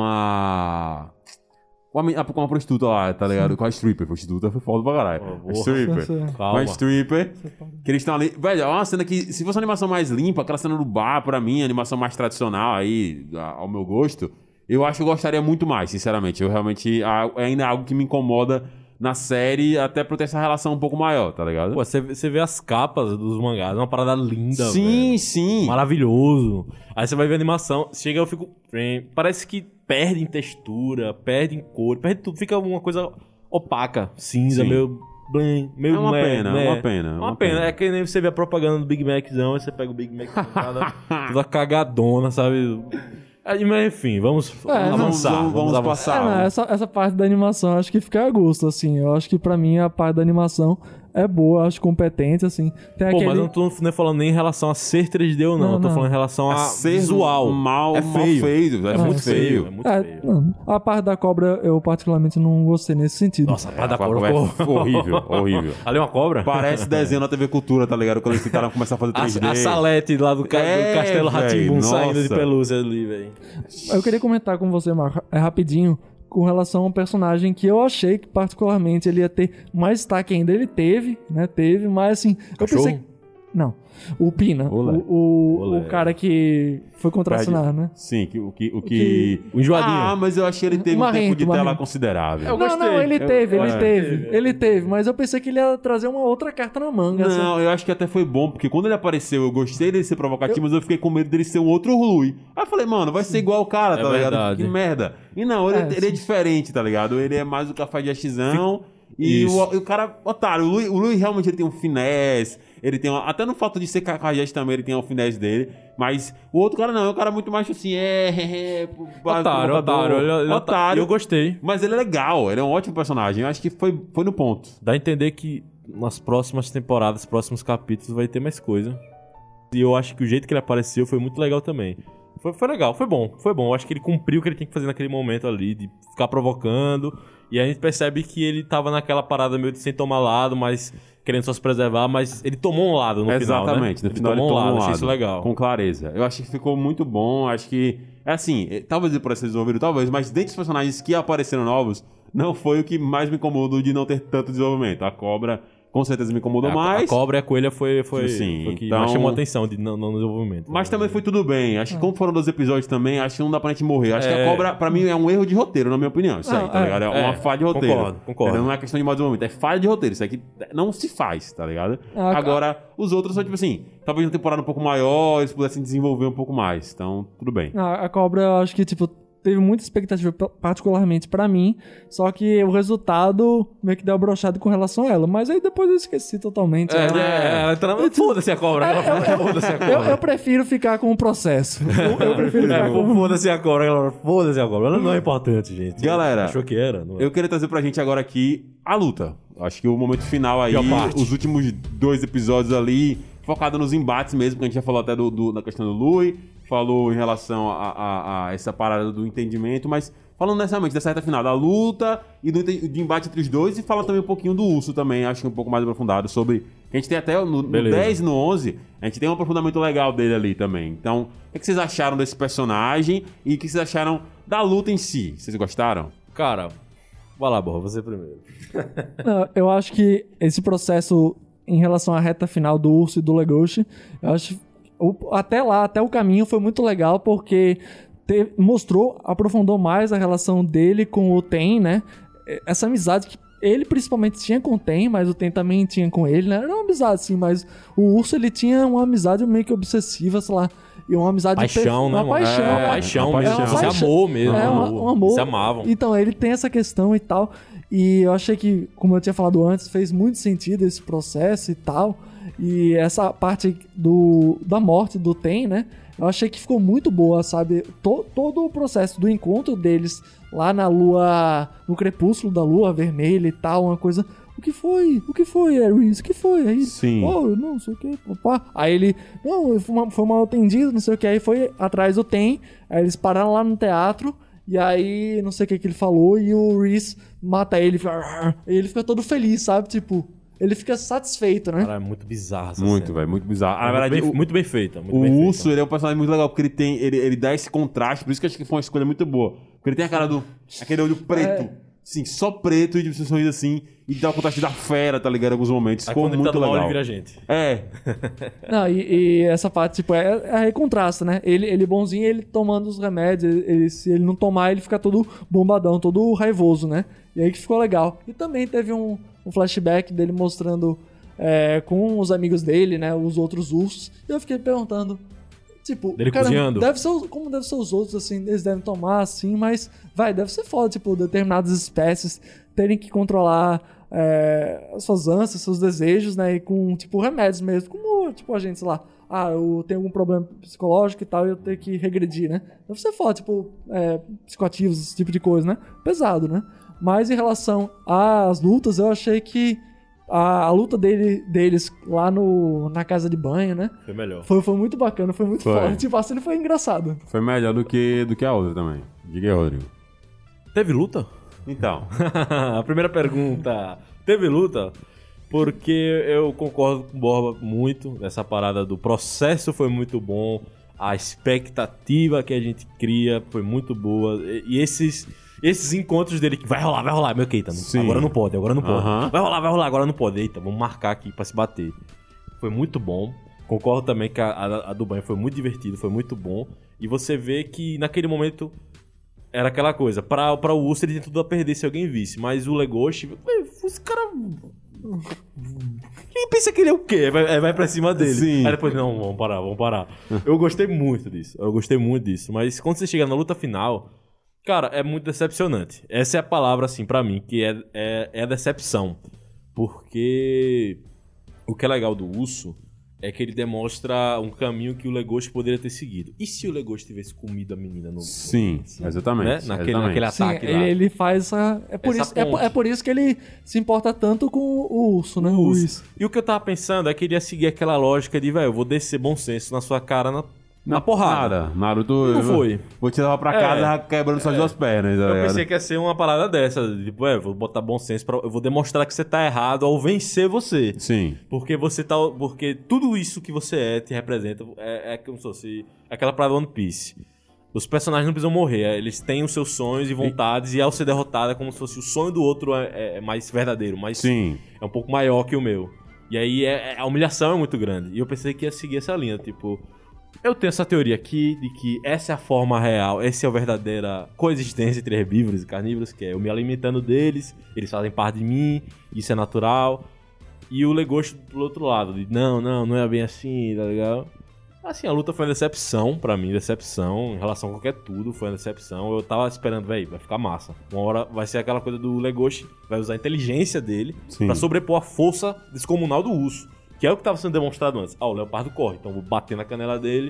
S2: a. Com a, men- com a prostituta lá, tá ligado? Com a stripper. Prostituta foi foda pra caralho.
S3: Oh,
S2: A
S3: porra.
S2: stripper.
S4: Calma.
S3: Calma.
S2: Com a stripper. Que eles estão ali. Velho, é uma cena que, se fosse uma animação mais limpa, aquela cena do bar, pra mim, animação mais tradicional aí, a- ao meu gosto, eu acho que eu gostaria muito mais, sinceramente. Eu realmente. a- É ainda algo que me incomoda na série, até por ter essa relação um pouco maior, tá ligado?
S3: Pô, você, você vê as capas dos mangás, é uma parada linda,
S2: sim,
S3: velho.
S2: sim.
S3: Maravilhoso. Aí você vai ver a animação, chega eu fico... Parece que perde em textura, perde em cor, perde tudo. Fica uma coisa opaca, cinza,
S2: Sim.
S3: meio... bem- meio
S2: É uma
S3: né,
S2: pena,
S3: né.
S2: é uma pena, é
S3: É
S2: uma
S3: uma pena.
S2: pena.
S3: É que nem você vê a propaganda do Big Maczão, aí você pega o Big Mac toda, toda cagadona, sabe? Aí, mas enfim, vamos
S4: É,
S3: avançar.
S2: vamos- vamos
S3: avançar.
S2: passar.
S4: É, não, essa, essa parte da animação eu acho que fica a gosto, assim. Eu acho que pra mim a parte da animação é boa, eu acho competente, assim. Tem
S3: Pô,
S4: aquele...
S3: mas eu não tô nem falando nem em relação a ser três D ou não,
S4: Não,
S3: eu tô
S4: não.
S3: falando em relação a,
S2: A ser
S3: visual.
S2: mal,
S3: é
S2: mal
S3: feio.
S2: feio. É,
S3: É
S2: muito
S3: muito
S2: feio.
S3: feio, é muito
S4: É,
S3: feio.
S4: não, a parte da cobra eu particularmente não gostei nesse sentido.
S3: Nossa, a parte da
S2: a
S3: cobra
S2: cobra é
S3: ficou...
S2: horrível, horrível.
S3: Ali é uma cobra?
S2: Parece desenho na T V Cultura, tá ligado? Quando eles tentaram começar a fazer três D.
S3: A, a Salete lá do, ca-
S2: É,
S3: do Castelo Rá-Tim-Bum
S2: véi,
S3: saindo de
S2: nossa.
S3: pelúcia ali, velho.
S4: Eu queria comentar com você, Marco, é rapidinho, com relação a um personagem que eu achei que particularmente ele ia ter mais destaque ainda. Ele teve, né? Teve, mas assim, eu
S3: Cachorro?
S4: pensei... Não, o Pina,
S2: Olé.
S4: o, o,
S3: Olé.
S4: o cara que foi contracionar, né?
S2: Sim, que, o que... O que...
S3: O enjoadinho.
S2: Ah, mas eu achei que ele teve um
S4: Marrento,
S2: tempo de tela
S4: marrento.
S2: considerável.
S3: Eu
S4: não,
S3: gostei.
S4: não, ele
S2: Eu-
S4: teve, ele
S2: é.
S4: teve, ele teve, mas eu pensei que ele ia trazer uma outra carta na manga. assim.
S2: Não, eu acho que até foi bom, porque quando ele apareceu, eu gostei dele ser provocativo, mas eu fiquei com medo dele ser um outro Rui. Aí eu falei, mano, vai ser igual o cara,
S3: É
S2: tá ligado?
S3: verdade.
S2: Que merda. E não, ele
S4: É,
S2: é, ele
S4: sim.
S2: é diferente, tá ligado? Ele é mais o cafajestizão. E
S3: Isso.
S2: o, e o cara, otário, o Lui, o Lui realmente ele tem um finesse, ele tem uma, até no fato de ser cafajeste também, ele tem um finesse dele, mas o outro cara não, é um cara muito mais assim, é, é, é
S3: Otário, otário. Ele, ele,
S2: otário.
S3: Eu gostei.
S2: Mas ele é legal, ele é um ótimo personagem, eu acho que foi, foi no ponto.
S3: Dá a entender que nas próximas temporadas, próximos capítulos, vai ter mais coisa. E eu acho que o jeito que ele apareceu foi muito legal também. Foi, foi legal, foi bom, foi bom. Eu acho que ele cumpriu o que ele tinha que fazer naquele momento ali, de ficar provocando. E a gente percebe que ele tava naquela parada meio de sem tomar lado, mas querendo só se preservar, mas ele tomou um lado no final, né?
S2: Exatamente, no final ele tomou um lado,
S3: achei isso legal.
S2: com clareza. Eu acho que ficou muito bom, acho que... É assim, eh, talvez ele pudesse ser desenvolvido, talvez, mas dentre os personagens que apareceram novos, não foi o que mais me incomodou de não ter tanto desenvolvimento. A cobra, com certeza, me incomodou
S3: A,
S2: mais.
S3: a cobra e a coelha foi, foi,
S2: Sim,
S3: foi o que
S2: então-
S3: mais chamou a atenção de não, não no desenvolvimento.
S2: Mas também foi tudo bem. Acho que como foram dois episódios também, acho que não dá pra gente morrer. Acho que
S3: É.
S2: a cobra, pra mim, é um erro de roteiro, na minha opinião. Isso aí,
S4: Ah,
S2: tá
S4: é.
S2: ligado? É uma
S3: É,
S2: falha de roteiro.
S3: concordo, concordo.
S2: Entendeu? Não é questão de mau desenvolvimento, é falha de roteiro. Isso aqui não se faz, tá ligado?
S4: Ah,
S2: Agora, os outros são tipo assim, talvez uma temporada um pouco maior, eles pudessem desenvolver um pouco mais. Então, tudo bem.
S4: A, a cobra, eu acho que, tipo, teve muita expectativa, pa- particularmente pra mim, só que o resultado meio que deu brochado com relação a ela. Mas aí depois eu esqueci totalmente.
S3: É,
S4: ela-
S3: é, ela tá na- foda-se a cobra. ela fala, Foda-se a
S4: eu,
S3: cobra.
S4: eu prefiro ficar com o processo. Eu, eu prefiro
S3: É,
S4: ficar com...
S3: foda-se a cobra. Ela fala, Foda-se a cobra. Ela não é importante, gente.
S2: Galera,
S3: Achou que era? Não é?
S2: Eu queria trazer pra gente agora aqui a luta. Acho que o momento final aí,
S3: Pior parte.
S2: os últimos dois episódios ali, focado nos embates mesmo, que a gente já falou até do, do- da questão do Louis, falou em relação a, a- a essa parada do entendimento, mas falando necessariamente dessa reta final, da luta e do, ente- do embate entre os dois, e fala também um pouquinho do Urso também, acho que um pouco mais aprofundado sobre... que a gente tem até no, no
S3: Beleza.
S2: dez e no onze, a gente tem um aprofundamento legal dele ali também. Então, o que, que vocês acharam desse personagem e o que vocês acharam da luta em si? Vocês gostaram?
S3: Cara, vai lá, Borra, você primeiro.
S4: Não, eu acho que esse processo em relação à reta final do Urso e do Legoshi, eu acho o- até lá, até o caminho foi muito legal porque te- mostrou, aprofundou mais a relação dele com o Ten, né? Essa amizade que ele principalmente tinha com o Ten, mas o Ten também tinha com ele, né? Era uma amizade, assim, mas o Urso, ele tinha uma amizade meio que obsessiva, sei lá, e uma amizade...
S3: Paixão,
S4: perfe...
S3: né?
S4: Uma paixão.
S3: É, uma paixão
S2: uma
S3: mesmo.
S2: paixão.
S3: Esse amor mesmo.
S4: É, um, um amor.
S3: Se amavam.
S4: Então, ele tem essa questão e tal, e eu achei que, como eu tinha falado antes, fez muito sentido esse processo e tal, e essa parte do, da morte do Ten, né? Eu achei que ficou muito boa, sabe? To, todo o processo do encontro deles lá na lua, no crepúsculo da lua vermelha e tal, uma coisa... O que foi? O que foi, Ares? O que foi? Aí,
S2: Sim.
S4: Oh, não sei o que, papá. Aí ele, não, foi, uma, foi mal atendido, não sei o que. Aí foi atrás do Ten, aí eles pararam lá no teatro, e aí, não sei o que que ele falou, e o Rhys mata ele, fica, e ele fica todo feliz, sabe? Tipo, ele fica satisfeito, né?
S3: Cara, é muito bizarro essa
S2: Muito,
S3: cena.
S2: velho, muito bizarro. Ah, na
S3: muito,
S2: verdade,
S3: bem,
S2: o,
S3: muito bem feita. Muito
S2: o
S3: bem
S2: Urso,
S3: feita.
S2: ele é um personagem muito legal, porque ele tem, ele, ele dá esse contraste, por isso que eu acho que foi uma escolha muito boa. Porque ele tem a cara do, aquele olho preto,
S4: É.
S2: assim, só preto, e de você sorrindo assim, e dá o contraste da fera, tá ligado, em alguns momentos.
S3: Aí
S2: Ficou
S3: quando ele
S2: muito
S3: tá do mal,
S2: legal.
S3: ele vira gente.
S2: É,
S4: Não, e, e essa parte, tipo, é, é aí contrasta, né? Ele, ele bonzinho, ele tomando os remédios, ele, ele- se ele não tomar, ele fica todo bombadão, todo raivoso, né? E aí que ficou legal. E também teve um, um flashback dele mostrando é, com os amigos dele, né? Os outros ursos. E eu fiquei perguntando, tipo...
S3: Dele
S4: cara,
S3: cozinhando?
S4: Deve ser, o- como deve ser os outros, assim, eles devem tomar, assim, mas... Vai, deve ser foda, tipo, determinadas espécies terem que controlar... É, as suas ânsias, seus desejos, né? E com, tipo, remédios mesmo. Como, tipo, a gente, sei lá, ah, eu tenho algum problema psicológico e tal, e eu tenho que regredir, né? Deve ser foda, tipo, é, psicoativos, esse tipo de coisa, né? Pesado, né? Mas em relação às lutas, eu achei que a, a luta dele, deles lá no, na casa de banho, né?
S3: Foi melhor.
S4: Foi, foi muito bacana, foi muito
S2: Foi.
S4: foda. Tipo, a cena foi engraçada.
S2: foi melhor do que, do que a outra também. Diga aí, Rodrigo.
S3: Teve luta?
S2: Então,
S3: A primeira pergunta. Teve luta? Porque eu concordo com o Borba muito nessa parada do processo foi muito bom, a expectativa que a gente cria foi muito boa. E e esses, esses encontros dele que vai rolar, vai rolar, meu Keita, não-
S2: Sim.
S3: agora não pode, agora não pode.
S2: Aham.
S3: Vai rolar, vai rolar, agora não pode. Eita, vamos marcar aqui pra se bater. Foi muito bom. Concordo também que a, a, a do banho foi muito divertido, foi muito bom. E você vê que naquele momento era aquela coisa, pra, pra o Urso ele tinha tudo a perder se alguém visse, mas o Legoshi, ué, esse cara... Quem pensa que ele é o quê? Vai, vai pra cima dele.
S2: Sim.
S3: Aí depois, não, vamos parar, vamos parar. Eu gostei muito disso, eu gostei muito disso, mas quando você chega na luta final, cara, é muito decepcionante. Essa é a palavra, assim, pra mim, que é, é, é a decepção. Porque o que é legal do Urso é que ele demonstra um caminho que o Legoshi poderia ter seguido. E se o Legoshi tivesse comido a menina no...
S2: sim, exatamente.
S3: Né? Naquele,
S2: exatamente.
S3: naquele
S4: Sim,
S3: ataque
S4: ele,
S3: lá.
S4: ele faz essa... É por,
S3: Essa
S4: isso, é, por-
S3: ponte.
S4: é por isso que ele se importa tanto com o urso, né?
S3: O
S4: O
S3: urso.
S4: Luiz.
S3: E o que eu tava pensando é que ele ia seguir aquela lógica de, velho, eu vou descer bom senso na sua cara na, na porrada.
S2: Nada. Naruto...
S3: Não
S2: eu vou-
S3: foi.
S2: Vou te levar pra casa
S3: É.
S2: já quebrando suas duas pernas. tá
S3: Eu
S2: ligado?
S3: pensei que ia ser uma parada dessa. Tipo, é, vou botar bom senso pra. Eu vou demonstrar que você tá errado ao vencer você.
S2: Sim.
S3: Porque você tá. Porque tudo isso que você é, te representa, é, é como se fosse aquela parada do One Piece. Os personagens não precisam morrer, eles têm os seus sonhos e vontades, e, ao ser derrotado é como se fosse o sonho do outro é, é mais verdadeiro, mais,
S2: Sim.
S3: é um pouco maior que o meu. E aí é, é- a humilhação é muito grande. E eu pensei que ia seguir essa linha, tipo. Eu tenho essa teoria aqui de que essa é a forma real, essa é a verdadeira coexistência entre herbívoros e carnívoros, que é eu me alimentando deles, eles fazem parte de mim, isso é natural. E o Legoshi do outro lado, de não, não, não é bem assim, tá ligado? Assim, a luta foi uma decepção pra mim, decepção, em relação a qualquer tudo, foi uma decepção. Eu tava esperando, velho, vai ficar massa. Uma hora vai ser aquela coisa do Legoshi, vai usar a inteligência dele
S2: Sim.
S3: pra sobrepor a força descomunal do urso. Que é o que tava sendo demonstrado antes. Ah, o leopardo corre, então eu vou bater na canela dele,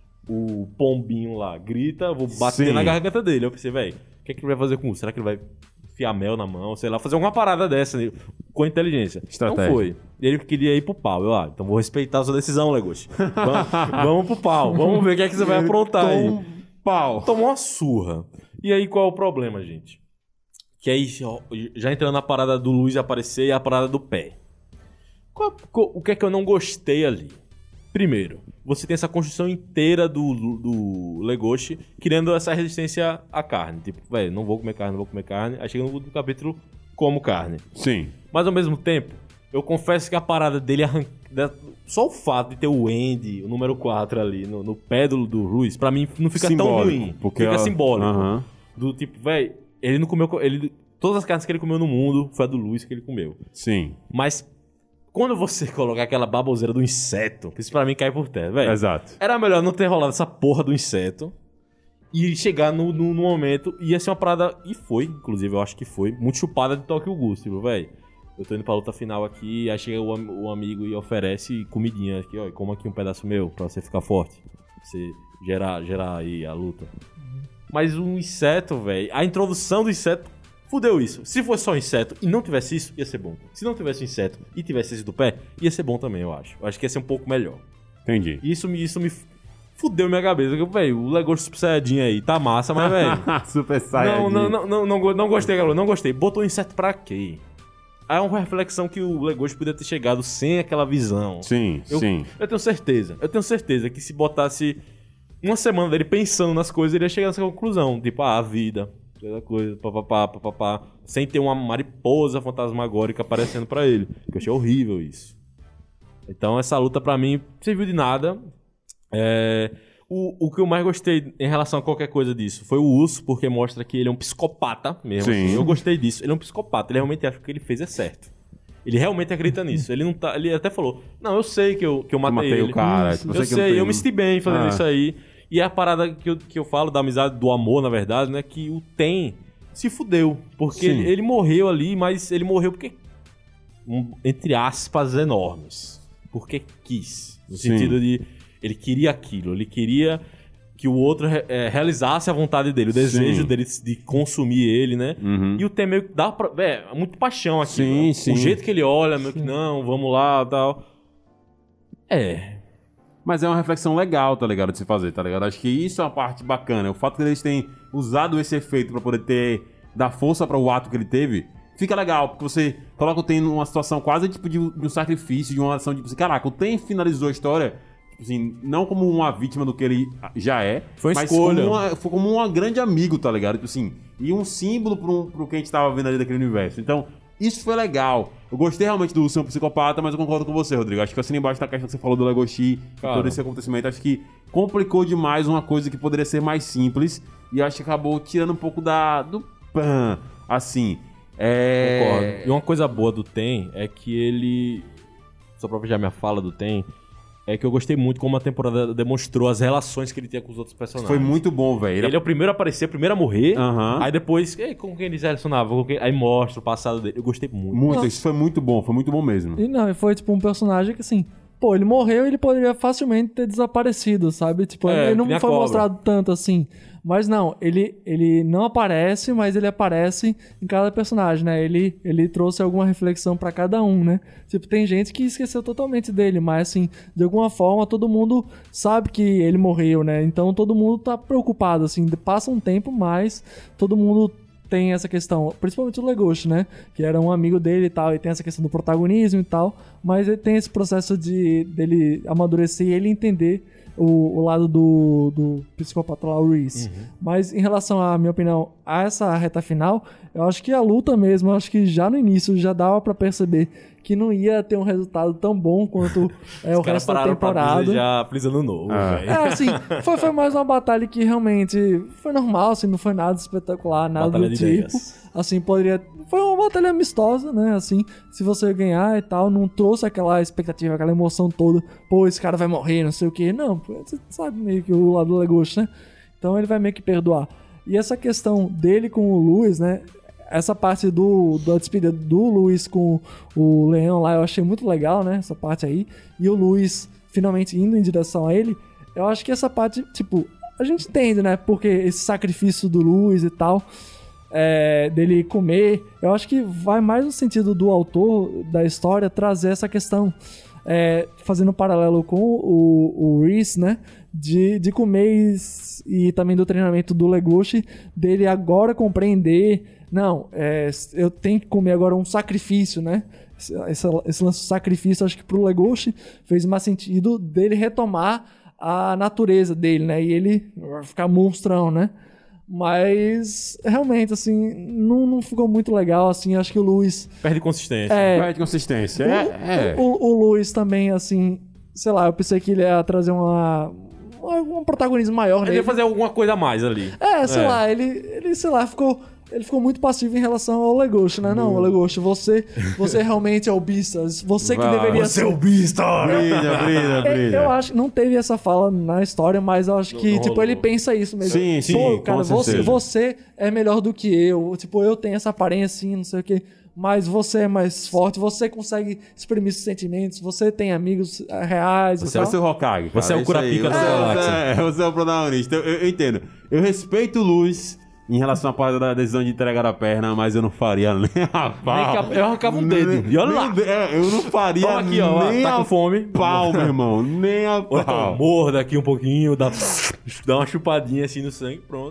S3: o pombinho lá grita, eu vou bater
S2: Sim.
S3: na garganta dele. Eu pensei, velho, o que é que ele vai fazer com o urso? Será que ele vai enfiar mel na mão, sei lá, fazer alguma parada dessa né, com inteligência?
S2: Estratégia.
S3: Não foi. E ele queria ir pro pau. Eu, ah, então vou respeitar a sua decisão, Legoshi. Vamos, vamos pro pau, vamos ver o que é que você vai aprontar aí.
S2: Tom pau.
S3: Tomou uma surra. E aí, qual é o problema, gente? Que aí, ó, já entrando na parada do Luiz aparecer e a parada do pé. Qual- qual- o que é que eu não gostei ali? Primeiro, você tem essa construção inteira do, do, do Legoshi criando essa resistência à carne. Tipo, velho, não vou comer carne, não vou comer carne. Aí chega no último capítulo, como carne.
S2: Sim.
S3: Mas ao mesmo tempo, eu confesso que a parada dele arranca... Só o fato de ter o Andy, o número quatro ali, no, no pé do, do Ruiz, pra mim não fica tão
S2: Simbólico,
S3: ruim.
S2: porque
S3: Fica
S2: ela-
S3: simbólico.
S2: Aham.
S3: Do tipo, velho, ele não comeu... co- Ele Todas as carnes que ele comeu no mundo foi a do Luiz que ele comeu.
S2: Sim.
S3: Mas quando você colocar aquela baboseira do inseto, isso pra mim cai por terra, velho.
S2: Exato.
S3: Era melhor não ter rolado essa porra do inseto e chegar no, no, no momento. Ia ser uma parada. E foi, inclusive, eu acho que foi. Muito chupada de Tokyo Ghoul, tipo, velho. Eu tô indo pra luta final aqui, aí chega o, o amigo e oferece comidinha aqui, ó. Como aqui um pedaço meu pra você ficar forte. Pra você gerar, gerar aí a luta. Mas um inseto, velho. A introdução do inseto fudeu isso. Se fosse só um inseto e não tivesse isso, ia ser bom. Se não tivesse um inseto e tivesse esse do pé, ia ser bom também, eu acho. Eu acho que ia ser um pouco melhor.
S2: Entendi.
S3: Isso me, isso me fudeu minha cabeça. Velho, o Lego Super Saiyajin aí tá massa, mas, velho.
S2: Super Saiyajin.
S3: Não, não, não, não, não, não gostei, galera. Não gostei. Botou um inseto pra quê? Aí é uma reflexão que o Legoshi podia ter chegado sem aquela visão.
S2: Sim,
S3: eu,
S2: sim.
S3: Eu tenho certeza. Eu tenho certeza que se botasse uma semana dele pensando nas coisas, ele ia chegar nessa conclusão. Tipo, ah, a vida, toda coisa, papapá, papapá. Sem ter uma mariposa fantasmagórica aparecendo pra ele. Eu achei horrível isso. Então essa luta pra mim serviu de nada. É... O, o que eu mais gostei em relação a qualquer coisa disso foi o urso, porque mostra que ele é um psicopata mesmo.
S2: Sim.
S3: Assim. Eu gostei disso. Ele é um psicopata. Ele realmente acha que o que ele fez é certo. Ele realmente acredita nisso. Ele não tá. Ele até falou: não, eu sei que eu, que eu matei,
S2: eu matei
S3: ele.
S2: o cara.
S3: Eu,
S2: Tipo,
S3: eu
S2: sei,
S3: sei,
S2: eu,
S3: eu,
S2: tenho...
S3: me senti bem fazendo
S2: ah.
S3: isso aí. E é a parada que eu, que eu falo da amizade, do amor, na verdade, né? Que o Ten se fudeu. Porque ele, ele morreu ali, mas ele morreu porque. Um, entre aspas, enormes. Porque quis. No
S2: Sim.
S3: sentido de. Ele queria aquilo. Ele queria que o outro é, realizasse a vontade dele, o desejo
S2: Sim.
S3: dele de consumir ele, né?
S2: Uhum.
S3: E o Ten meio que dá pra... É, muito paixão aqui.
S2: Sim,
S3: né?
S2: sim.
S3: O jeito que ele olha, meio que não, vamos lá e tal. É.
S2: Mas é uma reflexão legal, tá ligado? De se fazer, tá ligado? Acho que isso é uma parte bacana. O fato que eles têm usado esse efeito pra poder ter... dar força para o ato que ele teve... Fica legal, porque você coloca o Ten numa situação quase tipo de, de um sacrifício, de uma ação de... Tipo assim, caraca, o Ten finalizou a história... Assim, não como uma vítima do que ele já é,
S3: foi
S2: mas
S3: escolha.
S2: Como, uma, foi como um grande amigo, tá ligado? Tipo assim, e um símbolo pro, pro que a gente tava vendo ali daquele universo. Então, isso foi legal. Eu gostei realmente do ser um psicopata, mas eu concordo com você, Rodrigo. Acho que assim embaixo da questão que você falou do Legoshi, todo esse acontecimento, acho que complicou demais uma coisa que poderia ser mais simples. E acho que acabou tirando um pouco da do pan, assim. É...
S3: Concordo. E uma coisa boa do Ten é que ele... Só pra fechar minha fala do Ten... É que eu gostei muito como a temporada demonstrou as relações que ele tinha com os outros personagens.
S2: Foi muito bom, velho.
S3: Ele, ele é o primeiro a aparecer, o primeiro a morrer.
S2: Uhum.
S3: Aí depois, com quem ele se relacionava? Com quem... Aí mostra o passado dele. Eu gostei muito.
S2: Muito, isso foi muito bom, foi muito bom mesmo.
S4: E não, foi tipo um personagem que assim... Pô, ele morreu e ele poderia facilmente ter desaparecido, sabe? Tipo,
S3: É,
S4: ele não
S3: que nem a
S4: foi
S3: cobra.
S4: mostrado tanto assim. Mas não, ele, ele não aparece, mas ele aparece em cada personagem, né? Ele, ele trouxe alguma reflexão pra cada um, né? Tipo, tem gente que esqueceu totalmente dele, mas assim, de alguma forma todo mundo sabe que ele morreu, né? Então todo mundo tá preocupado, assim, passa um tempo, mas todo mundo tem essa questão, principalmente o Legoshi, né? Que era um amigo dele e tal, e tem essa questão do protagonismo e tal, mas ele tem esse processo de dele amadurecer e ele entender o, o lado do, do psicopata lá, o Reese. Uhum. Mas em relação à minha opinião, a essa reta final, eu acho que a luta mesmo, eu acho que já no início já dava pra perceber que não ia ter um resultado tão bom quanto é, o resto da temporada.
S3: Já prisando novo,
S2: ah.
S3: velho.
S4: É, assim, foi, foi mais uma batalha que realmente foi normal, assim, não foi nada espetacular, nada
S3: batalha
S4: do
S3: de
S4: tipo.
S3: ideias.
S4: Assim, poderia... Foi uma batalha amistosa, né? Assim, se você ganhar e tal, não trouxe aquela expectativa, aquela emoção toda. Pô, esse cara vai morrer, não sei o quê. Não, você sabe meio que o lado do Legoshi, né? Então ele vai meio que perdoar. E essa questão dele com o Luis, né? Essa parte do, da despedida do Luis com o Leão lá, eu achei muito legal, né? Essa parte aí. E o Luis finalmente indo em direção a ele. Eu acho que essa parte, tipo, a gente entende, né? Porque esse sacrifício do Luis e tal, é, dele comer, eu acho que vai mais no sentido do autor da história trazer essa questão, é, fazendo um paralelo com o, o Reese, né? De, de comer e, e também do treinamento do Legoshi, dele agora compreender. Não, é, eu tenho que comer agora um sacrifício, né? Esse, esse lance de sacrifício, acho que pro Legoshi fez mais sentido dele retomar a natureza dele, né? E ele ficar monstrão, né? Mas, realmente, assim, não, não ficou muito legal, assim, acho que o Luis...
S3: Perde consistência.
S2: É, Perde consistência,
S4: o,
S2: é... é.
S4: O, o, o Luis também, assim, sei lá, eu pensei que ele ia trazer uma... um protagonismo maior
S3: Ele
S4: nele.
S3: ia fazer alguma coisa a mais ali.
S4: É, sei
S3: É.
S4: lá, ele, ele, sei lá, ficou... ele ficou muito passivo em relação ao Legoshi, né? Não, Legoshi, você, você realmente é o Beastars. Você que
S2: Vai,
S4: deveria
S3: Você
S4: ser...
S3: é o Beastar!
S2: Brilha, brilha, brilha.
S4: Eu acho que não teve essa fala na história, mas eu acho que,
S3: não
S4: tipo,
S3: rolou.
S4: ele pensa isso mesmo.
S2: Sim, sim,
S4: Pô,
S2: com
S4: cara, você,
S2: certeza.
S4: você é melhor do que eu. Tipo, eu tenho essa aparência assim, não sei o quê. Mas você é mais forte, você consegue exprimir esses sentimentos, você tem amigos eh, reais e
S2: Você é o
S4: tal.
S2: seu Hokage, cara.
S3: Você é o
S2: isso aí.
S3: Kurapika da
S2: Você é-
S3: galáxia.
S2: Você é, você é o protagonista. Eu, eu- eu entendo. Eu respeito o Luiz em relação à parte da decisão de entregar a perna, mas eu não faria nem a pau.
S3: cap- eu arrancava um dedo. E olha lá.
S2: Nem- é, eu não faria
S3: Toma aqui, ó,
S2: nem
S3: tá
S2: a
S3: com fome.
S2: pau, meu irmão. Nem a
S3: Ou então,
S2: pau.
S3: morda aqui um pouquinho, dá, dá uma chupadinha assim no sangue, pronto.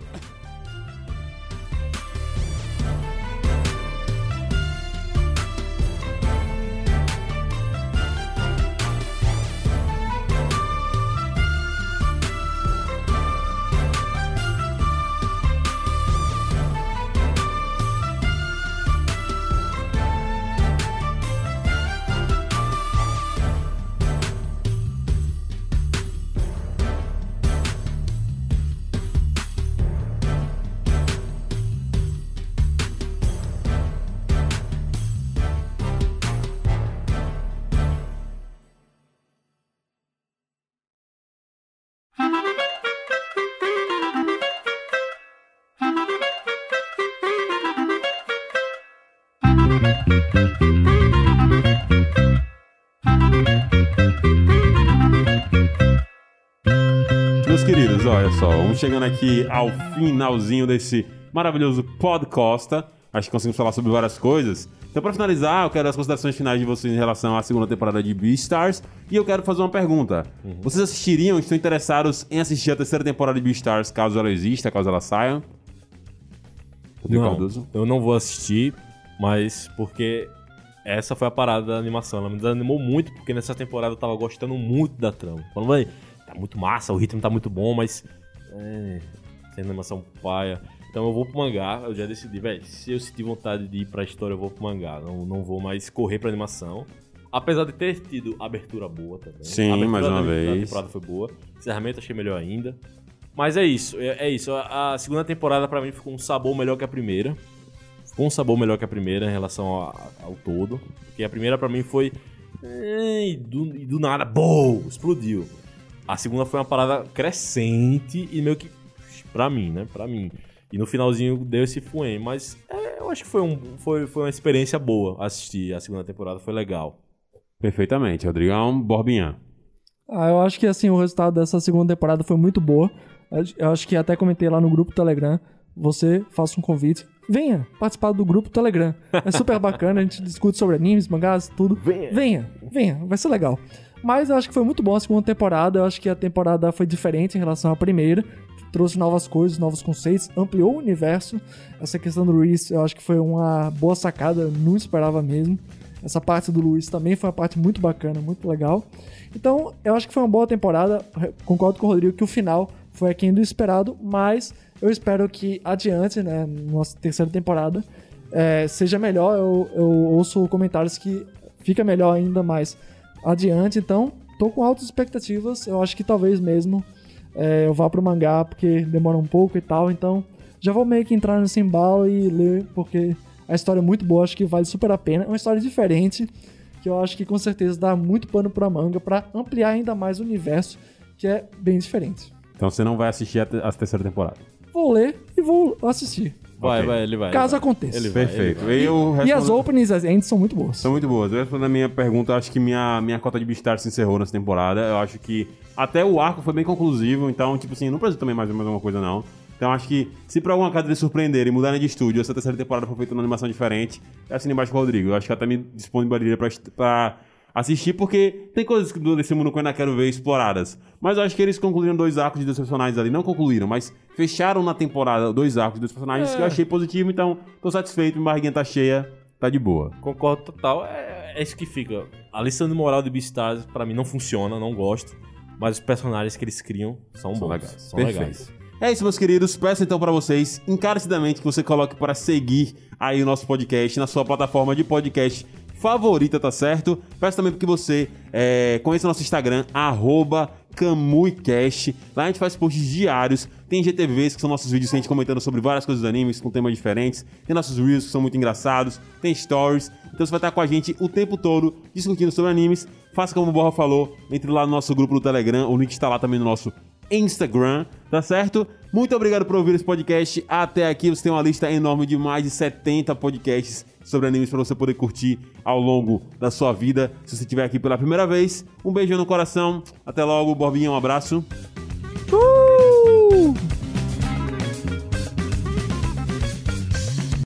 S2: Meus queridos, olha só, vamos chegando aqui ao finalzinho desse maravilhoso podcast. Acho que conseguimos falar sobre várias coisas. Então, pra finalizar, eu quero as considerações finais de vocês em relação à segunda temporada de Beastars. E eu quero fazer uma pergunta.
S3: Uhum.
S2: Vocês assistiriam, estão interessados em assistir a terceira temporada de Beastars, caso ela exista, caso ela saia? Rodrigo
S3: Não,
S2: Cardoso?
S3: eu não vou assistir, mas porque essa foi a parada da animação. Ela me desanimou muito, porque nessa temporada eu tava gostando muito da trama. Falando, véi, tá muito massa, o ritmo tá muito bom, mas... É, sem animação paia. Então eu vou pro mangá, eu já decidi, velho, se eu sentir vontade de ir pra história, eu vou pro mangá. Não, não vou mais correr pra animação. Apesar de ter tido abertura boa também.
S2: Sim,
S3: a abertura
S2: mais uma
S3: da,
S2: vez.
S3: da temporada foi boa. Encerramento achei melhor ainda. Mas é isso, é, é isso. A, a segunda temporada pra mim ficou um sabor melhor que a primeira. Ficou um sabor melhor que a primeira em relação ao, ao todo. Porque a primeira pra mim foi... é, E do, e do nada, boom, explodiu. A segunda foi uma parada crescente e meio que... Pra mim, né? Pra mim. E no finalzinho deu esse fuem. Mas é, eu acho que foi, um, foi, foi uma experiência boa assistir a segunda temporada. Foi legal.
S2: Perfeitamente. Rodrigão, Borbinha.
S4: Ah, eu acho que assim, o resultado dessa segunda temporada foi muito boa. Eu acho que até comentei lá no grupo Telegram. Você faça um convite. Venha participar do grupo Telegram. É super bacana, a gente discute sobre animes, mangás, tudo.
S3: Venha.
S4: Venha, venha, vai ser legal. Mas eu acho que foi muito bom a segunda temporada. Eu acho que a temporada foi diferente em relação à primeira. Trouxe novas coisas, novos conceitos, ampliou o universo. Essa questão do Luis, eu acho que foi uma boa sacada, não esperava mesmo. Essa parte do Luis também foi uma parte muito bacana, muito legal. Então, eu acho que foi uma boa temporada. Concordo com o Rodrigo que o final foi aquém do esperado, mas eu espero que adiante, né, nossa terceira temporada, é, seja melhor. Eu, eu ouço comentários que fica melhor ainda mais adiante, então tô com altas expectativas. Eu acho que talvez mesmo é, eu vá pro mangá, porque demora um pouco e tal, então já vou meio que entrar nesse embalo e ler, porque a história é muito boa, acho que vale super a pena. É uma história diferente, que eu acho que com certeza dá muito pano pra manga, pra ampliar ainda mais o universo, que é bem diferente.
S2: Então você não vai assistir a, te- a terceira temporada.
S4: Vou ler e vou assistir,
S3: Vai,
S2: Ok.
S3: vai, ele vai.
S4: caso
S3: ele vai.
S4: aconteça.
S3: Ele vai,
S2: Perfeito.
S3: ele vai.
S2: Eu
S4: E as
S2: respondo-
S4: openings ainda são muito boas.
S2: São muito boas. Eu respondendo a minha pergunta, eu acho que minha, minha cota de Beastars se encerrou nessa temporada. Eu acho que até o arco foi bem conclusivo, então, tipo assim, não precisa também mais ver mais alguma coisa, não. Então, acho que se por alguma acaso eles surpreenderem e mudarem de estúdio, essa terceira temporada for feita numa animação diferente, eu assino embaixo com o Rodrigo. Eu acho que até me disponibilizaria pra, pra assistir, porque tem coisas que desse mundo que eu ainda quero ver exploradas. Mas eu acho que eles concluíram dois arcos de dois personagens ali. Não concluíram, mas fecharam na temporada dois arcos de dois personagens que eu achei positivo, então tô satisfeito, minha barriguinha tá cheia, tá de boa.
S3: Concordo total. É, é isso que fica. A lição de moral de Beastars, pra mim, não funciona, não gosto. Mas os personagens que eles criam são,
S2: São
S3: bons.
S2: legais.
S3: São
S2: Perfeito.
S3: legais.
S2: É isso, meus queridos. Peço então pra vocês, encarecidamente, que você coloque para seguir aí o nosso podcast na sua plataforma de podcast favorita, tá certo? Peço também que você é, conheça o nosso Instagram, arroba CamuiCast. Lá a gente faz posts diários Tem G T Vs, que são nossos vídeos que a gente comentando sobre várias coisas dos animes, com temas diferentes. Tem nossos Reels, que são muito engraçados. Tem Stories. Então você vai estar com a gente o tempo todo discutindo sobre animes. Faça como o Borra falou, entre lá no nosso grupo do Telegram. O link está lá também no nosso Instagram, tá certo? Muito obrigado por ouvir esse podcast até aqui. Você tem uma lista enorme de mais de setenta podcasts sobre animes para você poder curtir ao longo da sua vida. Se você estiver aqui pela primeira vez, um beijão no coração. Até logo, Borbinha, um abraço.